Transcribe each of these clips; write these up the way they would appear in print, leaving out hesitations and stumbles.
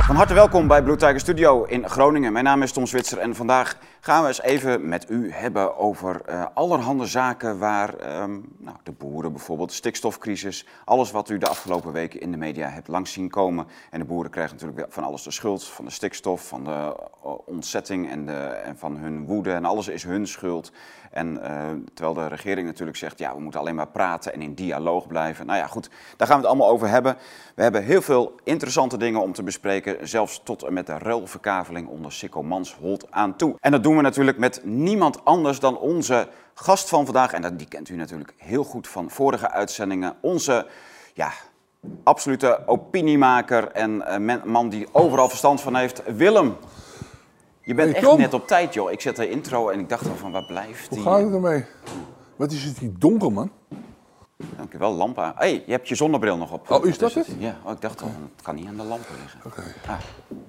Van harte welkom bij Blue Tiger Studio in Groningen. Mijn naam is Tom Zwitser en vandaag gaan we eens even met u hebben over allerhande zaken waar de boeren bijvoorbeeld, de stikstofcrisis, alles wat u de afgelopen weken in de media hebt langs zien komen. En de boeren krijgen natuurlijk van alles de schuld, van de stikstof, van de ontzetting en van hun woede en alles is hun schuld. En terwijl de regering natuurlijk zegt, ja, we moeten alleen maar praten en in dialoog blijven. Nou ja, goed, daar gaan we het allemaal over hebben. We hebben heel veel interessante dingen om te bespreken, zelfs tot en met de ruilverkaveling onder Sikko Mansholt aan toe. En dat doen we natuurlijk met niemand anders dan onze gast van vandaag. En die kent u natuurlijk heel goed van vorige uitzendingen. Onze, absolute opiniemaker en man die overal verstand van heeft, Willem. Je bent echt net op tijd, joh. Ik zet de intro en ik dacht al van, waar blijft die? Hoe gaat het ermee? Wat is het hier donker, man? Dankjewel, lamp aan. Hé, je hebt je zonnebril nog op. Oh, is dat het? Ja, ik dacht al, het kan niet aan de lampen liggen. Oké. Ah.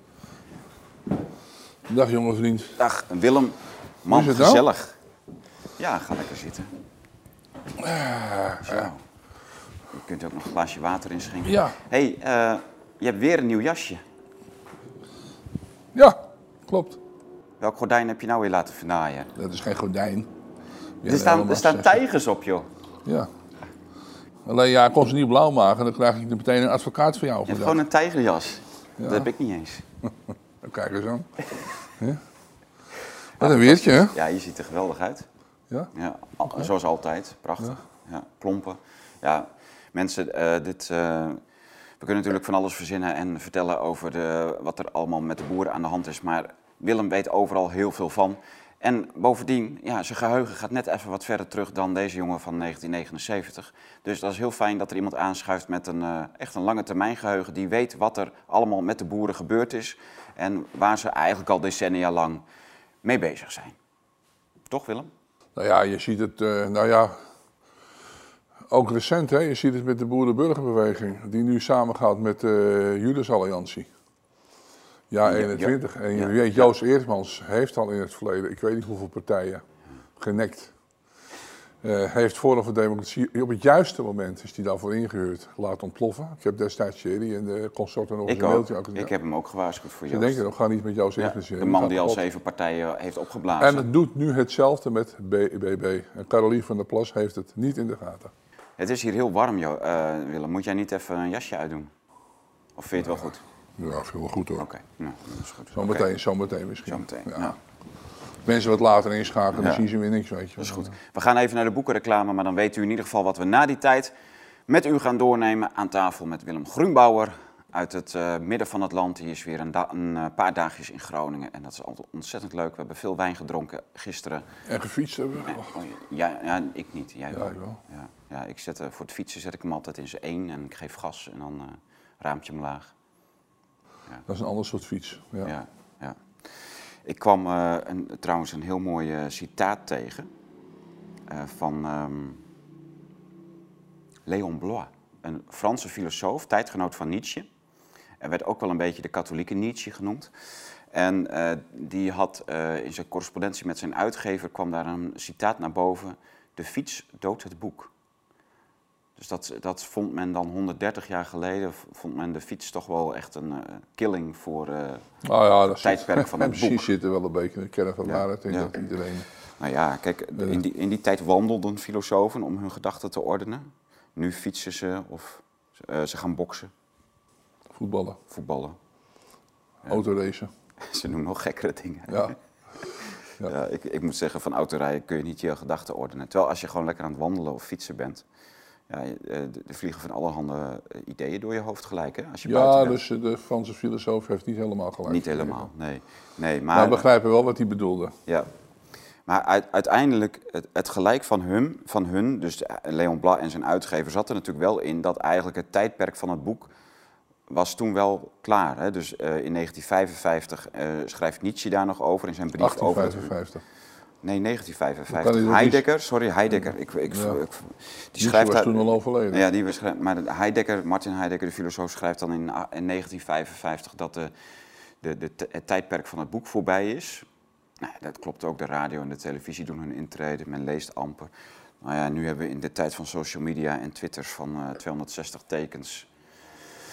Dag, jonge vriend. Dag, Willem. Man, Hoe is het nou? gezellig. Ja, ga lekker zitten. Zo. Je kunt ook nog een glaasje water inschenken. Ja. Hé, je hebt weer een nieuw jasje. Ja, klopt. Welk gordijn heb je nou weer laten vernaaien? Dat is geen gordijn. Ja, Er staan tijgers op, joh. Ja. Alleen ja, ik kon ze niet blauw maken, dan krijg ik meteen een advocaat van jou. Je hebt gewoon een tijgerjas. Ja. Dat heb ik niet eens. Kijk eens aan. Ja. Wat een weertje, hè? Ja, je ziet er geweldig uit. Ja? Ja, zoals altijd. Prachtig. Ja, klompen. Ja, mensen, we kunnen natuurlijk van alles verzinnen en vertellen over wat er allemaal met de boeren aan de hand is. Maar Willem weet overal heel veel van. En bovendien, ja, zijn geheugen gaat net even wat verder terug dan deze jongen van 1979. Dus dat is heel fijn dat er iemand aanschuift met echt een lange termijn geheugen. Die weet wat er allemaal met de boeren gebeurd is. En waar ze eigenlijk al decennia lang mee bezig zijn. Toch, Willem? Nou ja, je ziet het, ook recent, hè? Je ziet het met de boerenburgerbeweging. Die nu samengaat met de Judasalliantie. Ja, 21. En je weet, Joost Eertmans heeft al in het verleden, ik weet niet hoeveel partijen, genekt. Heeft Forum voor Democratie, op het juiste moment is hij daarvoor ingehuurd, laten ontploffen. Ik heb destijds Thierry en de consorten nog eens een mailtje. Ik heb hem ook gewaarschuwd voor Joost. Ze denken, ga niet met Joost Eertmans. De man die al 7 partijen heeft opgeblazen. En het doet nu hetzelfde met BBB. En Caroline van der Plas heeft het niet in de gaten. Het is hier heel warm, Willem. Moet jij niet even een jasje uitdoen? Of vind je het wel goed? Ja, veel wel goed hoor. Oké, nou, dat is goed. Zometeen misschien. Zometeen, ja. nou. Mensen wat later inschakelen, dan zien ze weer niks, weet je. Dat is goed. We gaan even naar de boekenreclame, maar dan weet u in ieder geval wat we na die tijd met u gaan doornemen aan tafel met Willem Grunbauer uit het midden van het land. Die is weer een paar dagjes in Groningen en dat is altijd ontzettend leuk. We hebben veel wijn gedronken gisteren. En gefietst hebben we. Ja, ik niet. Jij wel. Ja, ik wel. Ja, voor het fietsen zet ik hem altijd in z'n 1 en ik geef gas en dan raampje omlaag. Ja. Dat is een ander soort fiets. Ja. Ja. Ik kwam trouwens een heel mooi citaat tegen van Léon Bloy, een Franse filosoof, tijdgenoot van Nietzsche. Er werd ook wel een beetje de katholieke Nietzsche genoemd. En die had in zijn correspondentie met zijn uitgever kwam daar een citaat naar boven: de fiets doodt het boek. Dus dat vond men dan 130 jaar geleden, vond men de fiets toch wel echt een killing voor het tijdperk van het boek. Precies zit er wel een beetje een kern van waarheid in dat iedereen... Nou ja, kijk, in die tijd wandelden filosofen om hun gedachten te ordenen. Nu fietsen ze of ze gaan boksen. Voetballen. Ja. Autoracen. Ze doen nog gekkere dingen. Ja. Ja, ik moet zeggen, van autorijden kun je niet je gedachten ordenen. Terwijl als je gewoon lekker aan het wandelen of fietsen bent, ja, er vliegen van allerhande ideeën door je hoofd gelijk, hè? Als je buiten bent. Dus de Franse filosoof heeft niet helemaal gelijk. Niet helemaal, nee. Maar we begrijpen wel wat hij bedoelde. Ja. Maar uiteindelijk, het gelijk van hun, dus Léon Bloy en zijn uitgever, zat er natuurlijk wel in dat eigenlijk het tijdperk van het boek was toen wel klaar. Hè? Dus in 1955 schrijft Nietzsche daar nog over in zijn brief 1855. Nee, 1955. Heidegger. Die schrijft was toen al overleden. Ja, maar Martin Heidegger, de filosoof, schrijft dan in 1955 dat het tijdperk van het boek voorbij is. Nou, dat klopt ook. De radio en de televisie doen hun intrede. Men leest amper. Nou ja, nu hebben we in de tijd van social media en twitters van 260 tekens.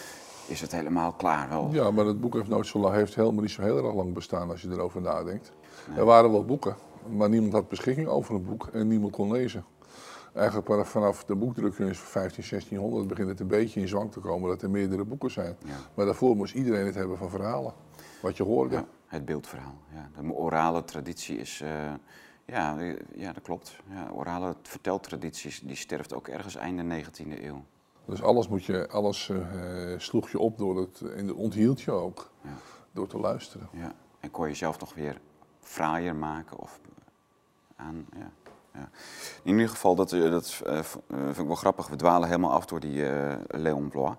is het helemaal klaar wel. Ja, maar het boek heeft helemaal niet zo heel erg lang bestaan als je erover nadenkt. Nee. Er waren wel boeken, maar niemand had beschikking over een boek en niemand kon lezen. Eigenlijk vanaf de boekdrukking is van 1600 begint het een beetje in zwang te komen dat er meerdere boeken zijn. Ja. Maar daarvoor moest iedereen het hebben van verhalen, wat je hoorde. Ja, het beeldverhaal. Ja. De orale traditie is, ja, dat klopt. Ja, orale verteltraditie die sterft ook ergens einde 19e eeuw. Dus alles sloeg je op en onthield je ook door te luisteren. Ja. En kon je zelf nog weer fraaier maken of aan... Ja. Ja. In ieder geval, dat vind ik wel grappig. We dwalen helemaal af door die Léon Blois.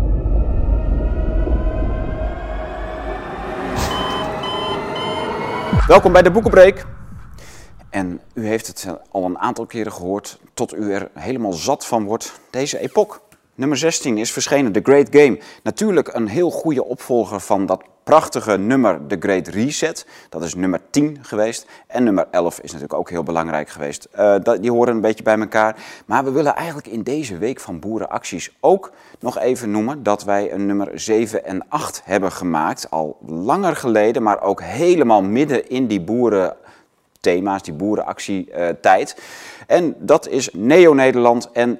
Welkom bij de Boekenbreek. En u heeft het al een aantal keren gehoord, tot u er helemaal zat van wordt. Deze Epoch, nummer 16, is verschenen, The Great Game. Natuurlijk een heel goede opvolger van dat prachtige nummer The Great Reset. Dat is nummer 10 geweest. En nummer 11 is natuurlijk ook heel belangrijk geweest. Die horen een beetje bij elkaar. Maar we willen eigenlijk in deze week van Boerenacties ook nog even noemen dat wij een nummer 7 en 8 hebben gemaakt. Al langer geleden, maar ook helemaal midden in die boerenthema's, die boerenactietijd. En dat is Neo-Nederland en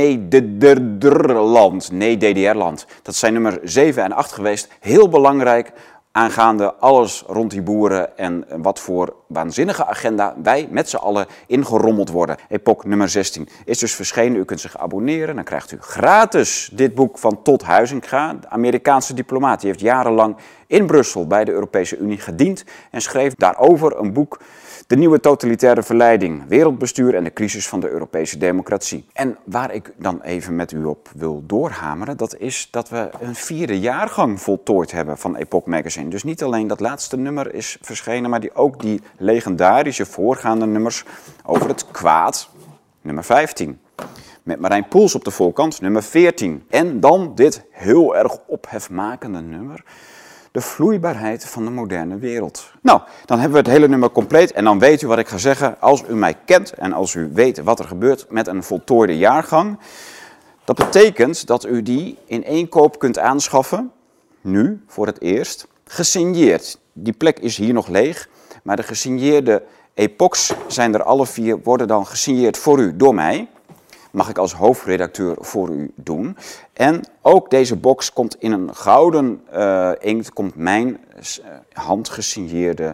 Nederland. Nee-DDR-land. Dat zijn nummer 7 en 8 geweest. Heel belangrijk aangaande alles rond die boeren en wat voor waanzinnige agenda wij met z'n allen ingerommeld worden. Epoch nummer 16 is dus verschenen. U kunt zich abonneren. Dan krijgt u gratis dit boek van Todd Huizinga, de Amerikaanse diplomaat. Die heeft jarenlang in Brussel bij de Europese Unie gediend en schreef daarover een boek. De nieuwe totalitaire verleiding, wereldbestuur en de crisis van de Europese democratie. En waar ik dan even met u op wil doorhameren, dat is dat we een 4e jaargang voltooid hebben van Epoch Magazine. Dus niet alleen dat laatste nummer is verschenen, maar ook die legendarische voorgaande nummers over het kwaad, nummer 15. Met Marijn Poels op de voorkant, nummer 14. En dan dit heel erg ophefmakende nummer. De vloeibaarheid van de moderne wereld. Nou, dan hebben we het hele nummer compleet en dan weet u wat ik ga zeggen. Als u mij kent en als u weet wat er gebeurt met een voltooide jaargang. Dat betekent dat u die in één koop kunt aanschaffen, nu voor het eerst, gesigneerd. Die plek is hier nog leeg, maar de gesigneerde epochs zijn er alle 4, worden dan gesigneerd voor u door mij. Mag ik als hoofdredacteur voor u doen. En ook deze box komt in een gouden inkt, komt mijn handgesigneerde,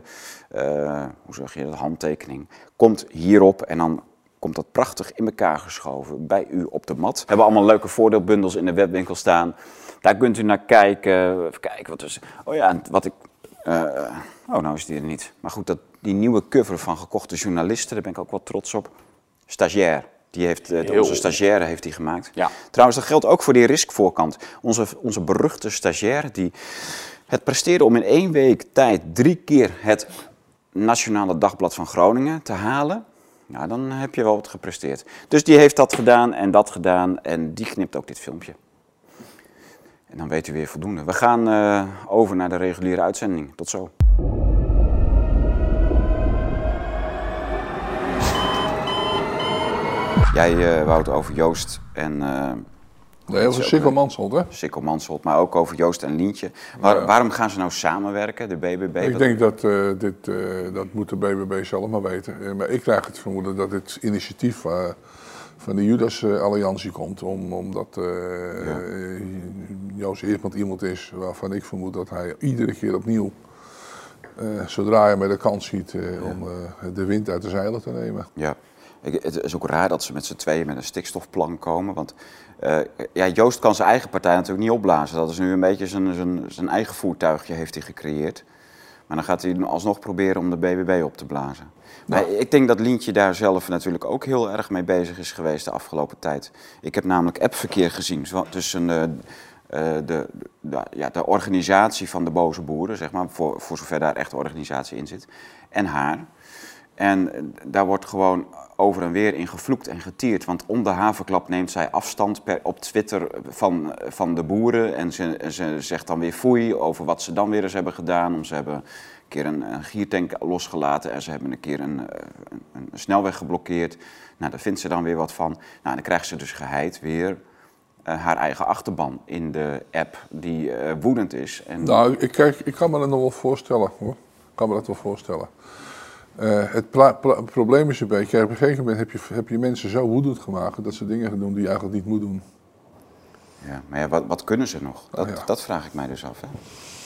hoe zeg je dat, handtekening, komt hierop en dan komt dat prachtig in elkaar geschoven bij u op de mat. We hebben allemaal leuke voordeelbundels in de webwinkel staan. Daar kunt u naar kijken. Even kijken, wat is... Oh ja, wat ik... nou is die er niet. Maar goed, die nieuwe cover van Gekochte Journalisten, daar ben ik ook wel trots op. Stagiair. Die heeft, onze stagiaire heeft die gemaakt. Ja. Trouwens, dat geldt ook voor die riskvoorkant. Onze beruchte stagiaire die het presteerde om in 1 week tijd 3 keer het Nationale Dagblad van Groningen te halen. Nou, dan heb je wel wat gepresteerd. Dus die heeft dat gedaan en die knipt ook dit filmpje. En dan weet u weer voldoende. We gaan over naar de reguliere uitzending. Tot zo. Jij wou het over Joost en... nee, over Sikko Mansholt, hè? Sikko Mansholt, maar ook over Joost en Lientje. Waarom gaan ze nou samenwerken, de BBB? Ik denk dat moet de BBB zelf maar weten. Maar ik krijg het vermoeden dat dit initiatief van de Judas-alliantie komt. Omdat Joost Eerdmans iemand is waarvan ik vermoed dat hij iedere keer opnieuw, zodra hij maar de kans ziet, om de wind uit de zeilen te nemen. Ja. Het is ook raar dat ze met z'n tweeën met een stikstofplan komen, want Joost kan zijn eigen partij natuurlijk niet opblazen. Dat is nu een beetje zijn eigen voertuigje heeft hij gecreëerd. Maar dan gaat hij alsnog proberen om de BBB op te blazen. Nou. Maar ik denk dat Lientje daar zelf natuurlijk ook heel erg mee bezig is geweest de afgelopen tijd. Ik heb namelijk appverkeer gezien tussen de organisatie van de boze boeren, zeg maar, voor zover daar echt organisatie in zit, en haar. En daar wordt gewoon over en weer in gevloekt en getierd. Want om de haverklap neemt zij afstand op Twitter van de boeren. En ze zegt dan weer foei over wat ze dan weer eens hebben gedaan. Ze hebben een keer een giertank losgelaten en ze hebben een keer een snelweg geblokkeerd. Nou, daar vindt ze dan weer wat van. Nou, dan krijgt ze dus geheid weer haar eigen achterban in de app die woedend is. En... Nou, ik kan me dat nog wel voorstellen hoor. Ik kan me dat wel voorstellen. Het probleem is een beetje, op een gegeven moment heb je mensen zo woedend gemaakt dat ze dingen gaan doen die je eigenlijk niet moet doen. Ja, maar ja, wat kunnen ze nog? Dat vraag ik mij dus af. Hè?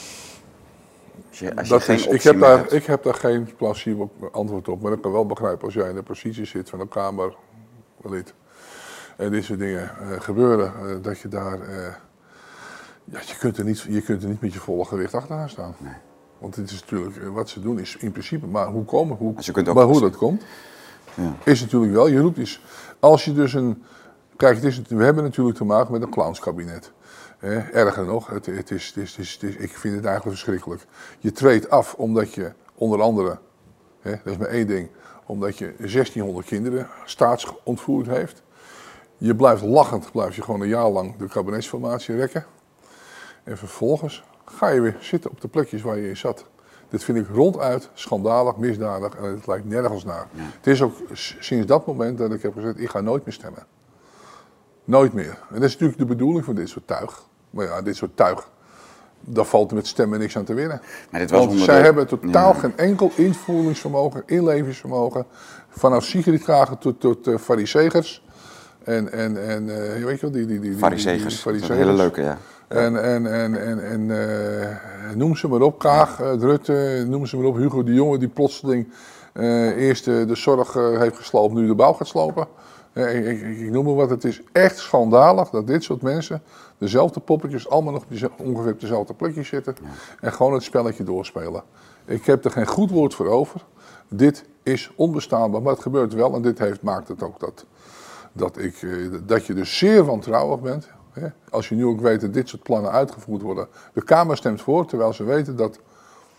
Ik heb daar geen plausibel antwoord op, maar ik kan wel begrijpen als jij in de positie zit van een Kamerlid en dit soort dingen gebeuren, dat je daar, je kunt er niet met je volle gewicht achteraan staan. Nee. Want het is natuurlijk, wat ze doen is in principe, maar hoe dat komt, is natuurlijk wel, je roept iets. Als je dus kijk, we hebben natuurlijk te maken met een clownskabinet. Erger nog, ik vind het eigenlijk verschrikkelijk. Je treedt af omdat je onder andere, dat is maar één ding, omdat je 1600 kinderen staatsontvoerd heeft. Je blijft lachend, je gewoon een jaar lang de kabinetsformatie rekken. En vervolgens ga je weer zitten op de plekjes waar je in zat. Dit vind ik ronduit schandalig, misdadig en het lijkt nergens naar. Ja. Het is ook sinds dat moment dat ik heb gezegd, ik ga nooit meer stemmen. Nooit meer. En dat is natuurlijk de bedoeling van dit soort tuig. Maar ja, dit soort tuig, daar valt met stemmen niks aan te winnen. Maar dit was zij hebben totaal geen enkel invoeringsvermogen, inlevingsvermogen. Vanaf Sigrid Kaag tot Farizeegers. En weet je wel, die Farizeegers, dat is een hele leuke, ja. En noem ze maar op, Kaag, Rutte, noem ze maar op, Hugo de Jonge die plotseling eerst de zorg heeft gesloopt, nu de bouw gaat slopen. Ik noem maar wat, het is echt schandalig dat dit soort mensen dezelfde poppetjes allemaal nog ongeveer op dezelfde plekjes zitten en gewoon het spelletje doorspelen. Ik heb er geen goed woord voor over. Dit is onbestaanbaar, maar het gebeurt wel en dit maakt het ook dat je dus zeer wantrouwig bent. Als je nu ook weet dat dit soort plannen uitgevoerd worden. De Kamer stemt voor, terwijl ze weten dat 70-80%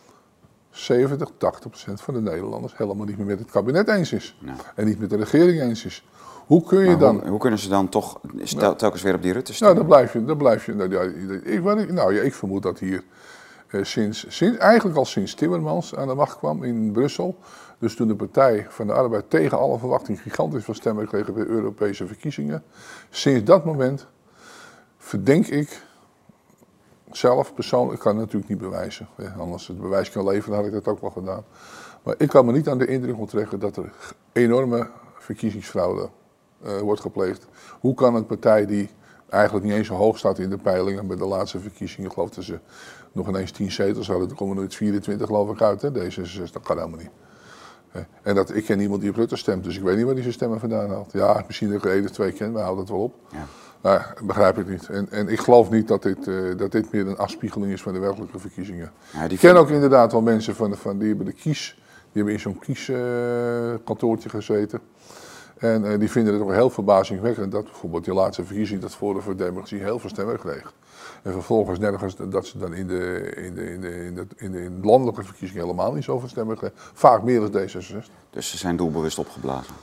van de Nederlanders helemaal niet meer met het kabinet eens is. Ja. En niet met de regering eens is. Hoe kun je hoe kunnen ze dan toch telkens weer op die Rutte stemmen? Dan blijf je. Ik vermoed dat hier eigenlijk al sinds Timmermans aan de macht kwam in Brussel. Dus toen de Partij van de Arbeid tegen alle verwachting gigantisch veel stemmen kreeg bij Europese verkiezingen. Sinds dat moment verdenk ik zelf persoonlijk, ik kan het natuurlijk niet bewijzen. Anders het bewijs kan leveren, had ik dat ook wel gedaan. Maar ik kan me niet aan de indruk onttrekken dat er enorme verkiezingsfraude wordt gepleegd. Hoe kan een partij die eigenlijk niet eens zo hoog staat in de peilingen, bij de laatste verkiezingen geloof dat ze nog ineens 10 zetels hadden, dan komen er nu 24 geloof ik uit, hè, D66, dat kan helemaal niet. En ik ken niemand die op Rutte stemt, dus ik weet niet waar hij zijn stemmen vandaan haalt. Ja, misschien dat ik er 1 of 2 ken, maar houd dat wel op. Ja. Nou, begrijp ik niet. En ik geloof niet dat dit meer een afspiegeling is van de werkelijke verkiezingen. Ja, ik ken ook inderdaad wel mensen die hebben in zo'n kieskantoortje gezeten. En die vinden het ook heel verbazingwekkend dat bijvoorbeeld die laatste verkiezing, dat Forum voor Democratie heel veel stemmen kreeg. En vervolgens nergens dat ze dan in de landelijke verkiezingen helemaal niet zoveel stemmen kregen. Vaak meer dan D66. Dus ze zijn doelbewust opgeblazen.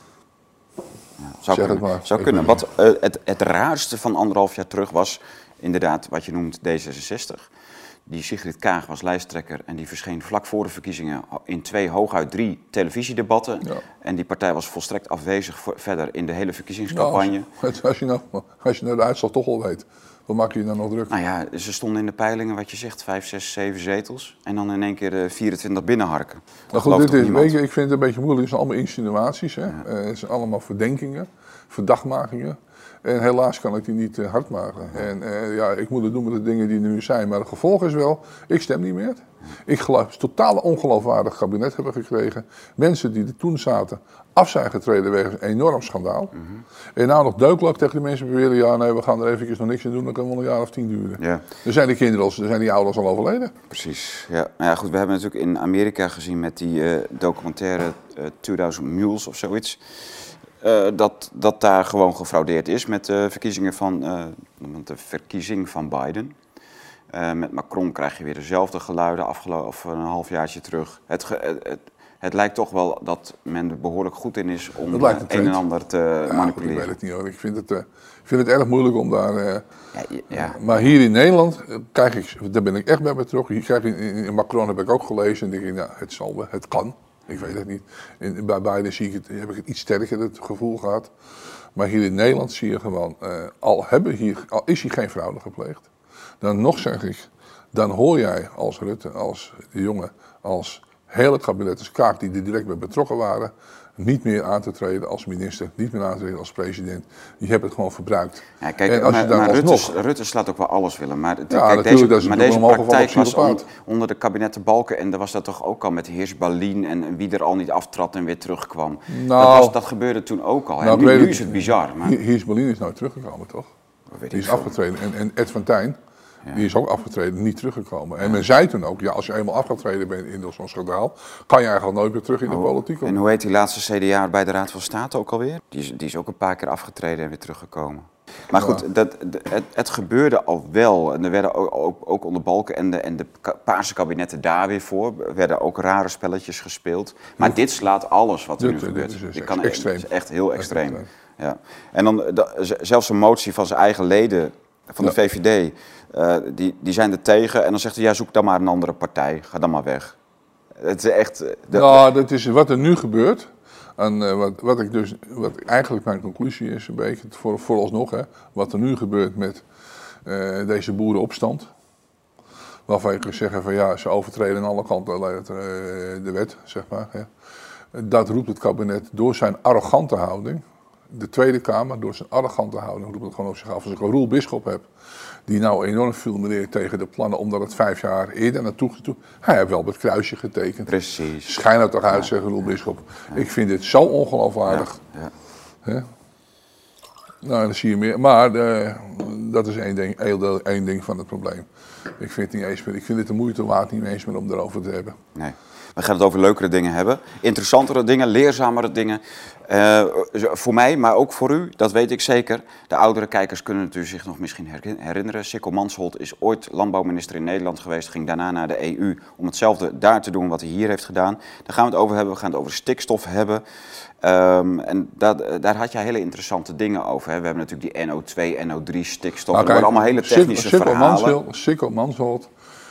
Ja, zou kunnen. Wat het raarste van 1,5 jaar terug was inderdaad wat je noemt D66. Die Sigrid Kaag was lijsttrekker en die verscheen vlak voor de verkiezingen in 2, hooguit 3 televisiedebatten. Ja. En die partij was volstrekt afwezig verder in de hele verkiezingscampagne. Ja, als je nou de uitslag toch al weet, wat maak je dan nog druk? Nou ja, ze stonden in de peilingen, wat je zegt, 5, 6, 7 zetels. En dan in één keer 24 binnenharken. Nou goed, ik vind het een beetje moeilijk. Het zijn allemaal insinuaties. Hè? Ja. Het zijn allemaal verdenkingen, verdachtmakingen. En helaas kan ik die niet hard maken. Ja. En ik moet het doen met de dingen die er nu zijn. Maar het gevolg is wel, ik stem niet meer. Ik geloof dat we een totaal ongeloofwaardig kabinet hebben gekregen. Mensen die er toen zaten, af zijn getreden wegens een enorm schandaal. Mm-hmm. En nou nog deukelijk tegen de mensen beweren, ja nee, we gaan er eventjes nog niks aan doen, dan kan het wel een jaar of 10 duren. Ja. Dan zijn die ouders al overleden. Precies, ja. Nou ja goed, we hebben natuurlijk in Amerika gezien met die documentaire 2000 Mules of zoiets. Dat daar gewoon gefraudeerd is met de verkiezing van Biden. Met Macron krijg je weer dezelfde geluiden afgelopen een halfjaartje terug. Het lijkt toch wel dat men er behoorlijk goed in is om een en ander te manipuleren. Ik weet het niet hoor. Ik vind het erg moeilijk om daar... Maar hier in Nederland daar ben ik echt bij betrokken. In Macron heb ik ook gelezen en denk ik, nou, het kan. Ik weet het niet. Bij Biden heb ik het iets sterker het gevoel gehad. Maar hier in Nederland zie je gewoon, al is hier geen fraude gepleegd, dan nog zeg ik, dan hoor jij als Rutte, als de jongen, als heel het kabinet, als Kaag die er direct bij betrokken waren, niet meer aan te treden als minister, niet meer aan te treden als president. Je hebt het gewoon verbruikt. Ja, kijk, maar Rutte slaat ook wel alles willen. Maar, kijk, deze praktijk was onder de kabinetten Balkenende was dat toch ook al met Hirsch-Ballin en wie er al niet aftrad en weer terugkwam. Nou, dat gebeurde toen ook al. Nou, nu is het bizar. Maar... Hirsch-Ballin is nooit teruggekomen, toch? Die is afgetreden. En Ed van Tijn, die is ook afgetreden, niet teruggekomen. En men zei toen ook, ja, als je eenmaal afgetreden bent in zo'n schandaal, kan je eigenlijk nooit meer terug in de politiek komen. En hoe heet die laatste CDA bij de Raad van State ook alweer? Die is ook een paar keer afgetreden en weer teruggekomen. Maar goed, het gebeurde al wel. En er werden ook onder Balkenende en de paarse kabinetten daar weer voor, werden ook rare spelletjes gespeeld. Maar dit slaat alles wat er nu gebeurt. Het is echt heel extreem. Ja. En dan zelfs een motie van zijn eigen leden van de VVD, die zijn er tegen. En dan zegt hij, ja, zoek dan maar een andere partij. Ga dan maar weg. Het is echt... dat is wat er nu gebeurt. En wat eigenlijk mijn conclusie is, een beetje vooralsnog, hè, wat er nu gebeurt met deze boerenopstand. Waarvan je kunt zeggen van ja, ze overtreden aan alle kanten de wet, zeg maar. Hè. Dat roept het kabinet door zijn arrogante houding. De Tweede Kamer, door zijn arrogante houding, roept het gewoon op zich af. Als ik een Roel Bisschop heb, die nou enorm fulmineert tegen de plannen, omdat het 5 jaar eerder naartoe toe. Hij heeft wel op het kruisje getekend. Precies. Schijn het toch uit, zegt Roel Bisschop. Ja. Ik vind dit zo ongeloofwaardig. Ja. Nou, dan zie je meer. Maar dat is één ding van het probleem. Ik vind het niet eens meer. Ik vind het de moeite waard niet eens meer om erover te hebben. Nee. We gaan het over leukere dingen hebben. Interessantere dingen, leerzamere dingen. Voor mij, maar ook voor u, dat weet ik zeker. De oudere kijkers kunnen natuurlijk zich nog misschien herinneren. Sikko Mansholt is ooit landbouwminister in Nederland geweest. Ging daarna naar de EU om hetzelfde daar te doen wat hij hier heeft gedaan. Daar gaan we het over hebben. We gaan het over stikstof hebben. En daar had je hele interessante dingen over. Hè. We hebben natuurlijk die NO2, NO3 stikstof. Nou, dat worden allemaal hele technische verhalen. Sikko Mansholt.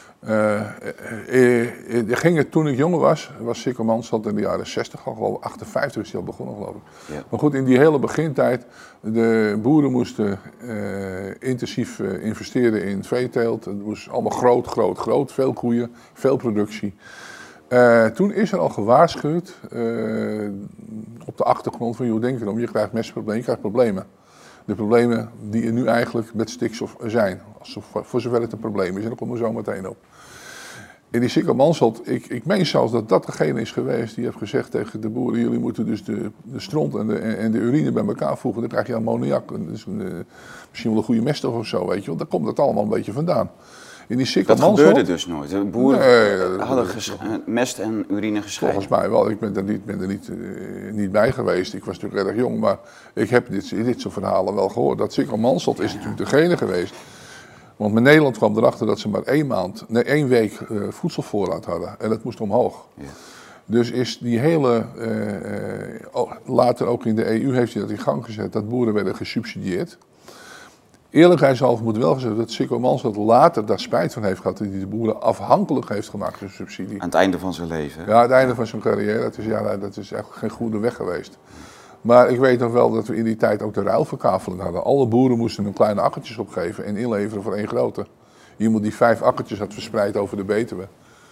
Toen ik jonger was Sikko Mansholt in de jaren 60 al, geloof ik, 58 is hij al begonnen, geloof ik. Ja. Maar goed, in die hele begintijd, de boeren moesten intensief investeren in veeteelt. Het was allemaal groot, veel koeien, veel productie. Toen is er al gewaarschuwd op de achtergrond van, joh, denk erom, je krijgt mestproblemen, je krijgt problemen. De problemen die er nu eigenlijk met stikstof zijn, voor zover het een probleem is, en daar komen we zo meteen op. En die Sikko Mansholt, ik meen zelfs dat degene is geweest die heeft gezegd tegen de boeren, jullie moeten dus de stront en de urine bij elkaar voegen, dan krijg je ammoniak, dus misschien wel een goede meststof of zo, weet je wel. Daar komt het allemaal een beetje vandaan. Dat gebeurde dus nooit. De boeren hadden mest en urine gescheiden. Volgens mij wel. Ik ben er niet bij geweest. Ik was natuurlijk erg jong, maar ik heb dit soort verhalen wel gehoord. Dat Sikko Mansholt is natuurlijk degene geweest. Want met Nederland kwam erachter dat ze maar 1 week voedselvoorraad hadden. En dat moest omhoog. Ja. Dus is die hele, later ook in de EU heeft hij dat in gang gezet, dat boeren werden gesubsidieerd. Eerlijkheidshalve moet wel gezegd dat Sikko Mansholt later daar spijt van heeft gehad dat hij de boeren afhankelijk heeft gemaakt van subsidie. Aan het einde van zijn leven. Ja, aan het einde van zijn carrière. Dat is eigenlijk geen goede weg geweest. Maar ik weet nog wel dat we in die tijd ook de ruilverkaveling hadden. Alle boeren moesten hun kleine akkertjes opgeven en inleveren voor 1 grote. Iemand die 5 akkertjes had verspreid over de Betuwe.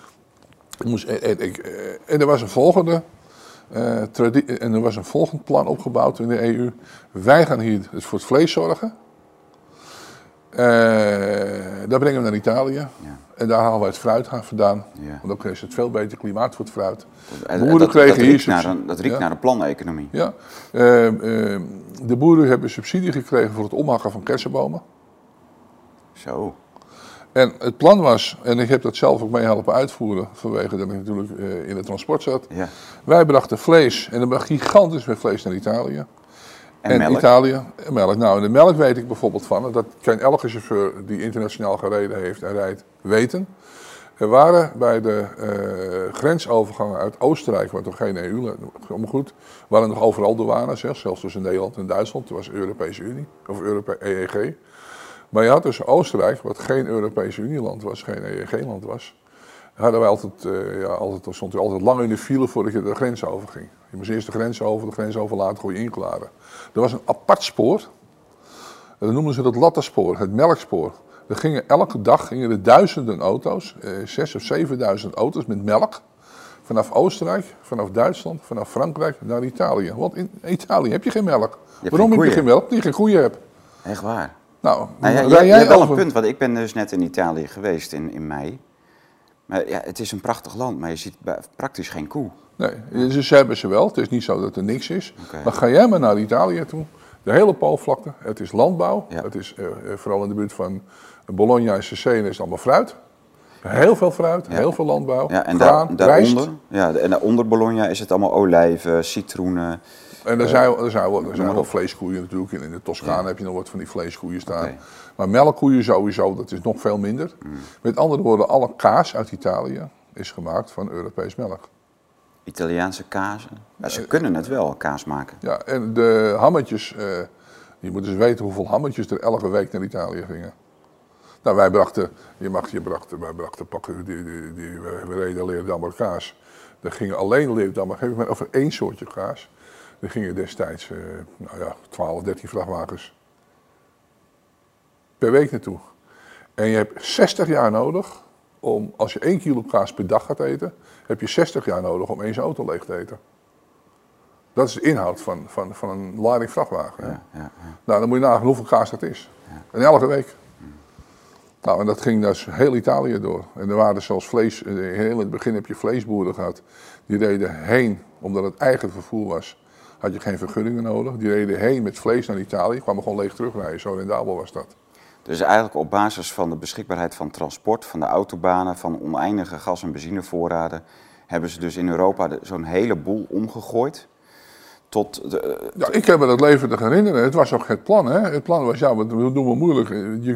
En er was een volgend plan opgebouwd in de EU. Wij gaan hier voor het vlees zorgen. Daar brengen we naar Italië. Ja. En daar halen we het fruit vandaan. Ja. Want dan is het veel beter klimaat voor het fruit. Dat riekt naar een planeconomie. Ja. De boeren hebben subsidie gekregen voor het omhakken van kersenbomen. Zo. En het plan was, en ik heb dat zelf ook mee helpen uitvoeren, vanwege dat ik natuurlijk in het transport zat. Ja. Wij brachten vlees, en er bracht gigantisch veel vlees naar Italië. En melk? Italië, melk. Nou, de melk weet ik bijvoorbeeld van, dat kan elke chauffeur die internationaal gereden heeft en rijdt weten. Er waren bij de grensovergangen uit Oostenrijk, waar toch geen EU, maar goed, waren nog overal douanes, zelfs tussen Nederland en Duitsland. Toen was de Europese Unie, of EEG. Maar je had tussen Oostenrijk, wat geen Europese Unieland was, geen EEG-land was, hadden wij stond u altijd lang in de file voordat je de grens over ging. Je moest eerst de grens over laten, gewoon inklaren. Er was een apart spoor. En dan noemden ze dat latterspoor, het melkspoor. Er gingen elke dag er duizenden auto's, 6.000 of 7.000 auto's met melk. Vanaf Oostenrijk, vanaf Duitsland, vanaf Frankrijk naar Italië. Want in Italië heb je geen melk. Waarom heb je geen melk? Omdat je geen koeien hebt. Echt waar? Nou, jij hebt wel een punt, want ik ben dus net in Italië geweest in mei. Maar ja, het is een prachtig land, maar je ziet praktisch geen koe. Nee, ze hebben ze wel. Het is niet zo dat er niks is. Okay. Maar ga jij maar naar Italië toe. De hele Poolvlakte. Het is landbouw. Ja. Het is vooral in de buurt van Bologna en Cesena is het allemaal fruit. Heel veel fruit, heel veel landbouw, en graan, rijst. En daaronder Bologna is het allemaal olijven, citroenen. En er zijn wel vleeskoeien natuurlijk. In de Toscane heb je nog wat van die vleeskoeien staan. Okay. Maar melkkoeien sowieso, dat is nog veel minder. Met andere woorden, alle kaas uit Italië is gemaakt van Europees melk. Italiaanse kazen? Ja, ze kunnen het wel, kaas maken. Ja, en de hammetjes, je moet dus weten hoeveel hammetjes er elke week naar Italië gingen. Nou, wij brachten pakken, we reden Leerdammer kaas. Er gingen alleen Leerdammer, geef ik maar over één soortje kaas. Er gingen destijds 12, 13 vrachtwagens per week naartoe. En je hebt 60 jaar nodig om, als je 1 kilo kaas per dag gaat eten, heb je 60 jaar nodig om 1 auto leeg te eten. Dat is de inhoud van een lading vrachtwagen. Ja. Nou, dan moet je nagaan hoeveel kaas dat is. Ja. En elke week. Nou, en dat ging dus heel Italië door. En er waren zelfs heel in het begin heb je vleesboeren gehad. Die reden heen, omdat het eigen vervoer was, had je geen vergunningen nodig. Die reden heen met vlees naar Italië, kwamen gewoon leeg terugrijden. Zo rendabel was dat. Dus eigenlijk op basis van de beschikbaarheid van transport, van de autobanen, van oneindige gas- en benzinevoorraden, hebben ze dus in Europa zo'n heleboel omgegooid. Ja, ik heb me dat levendig herinneren. Het was ook het plan. Hè? Het plan was, ja, we doen wel moeilijk.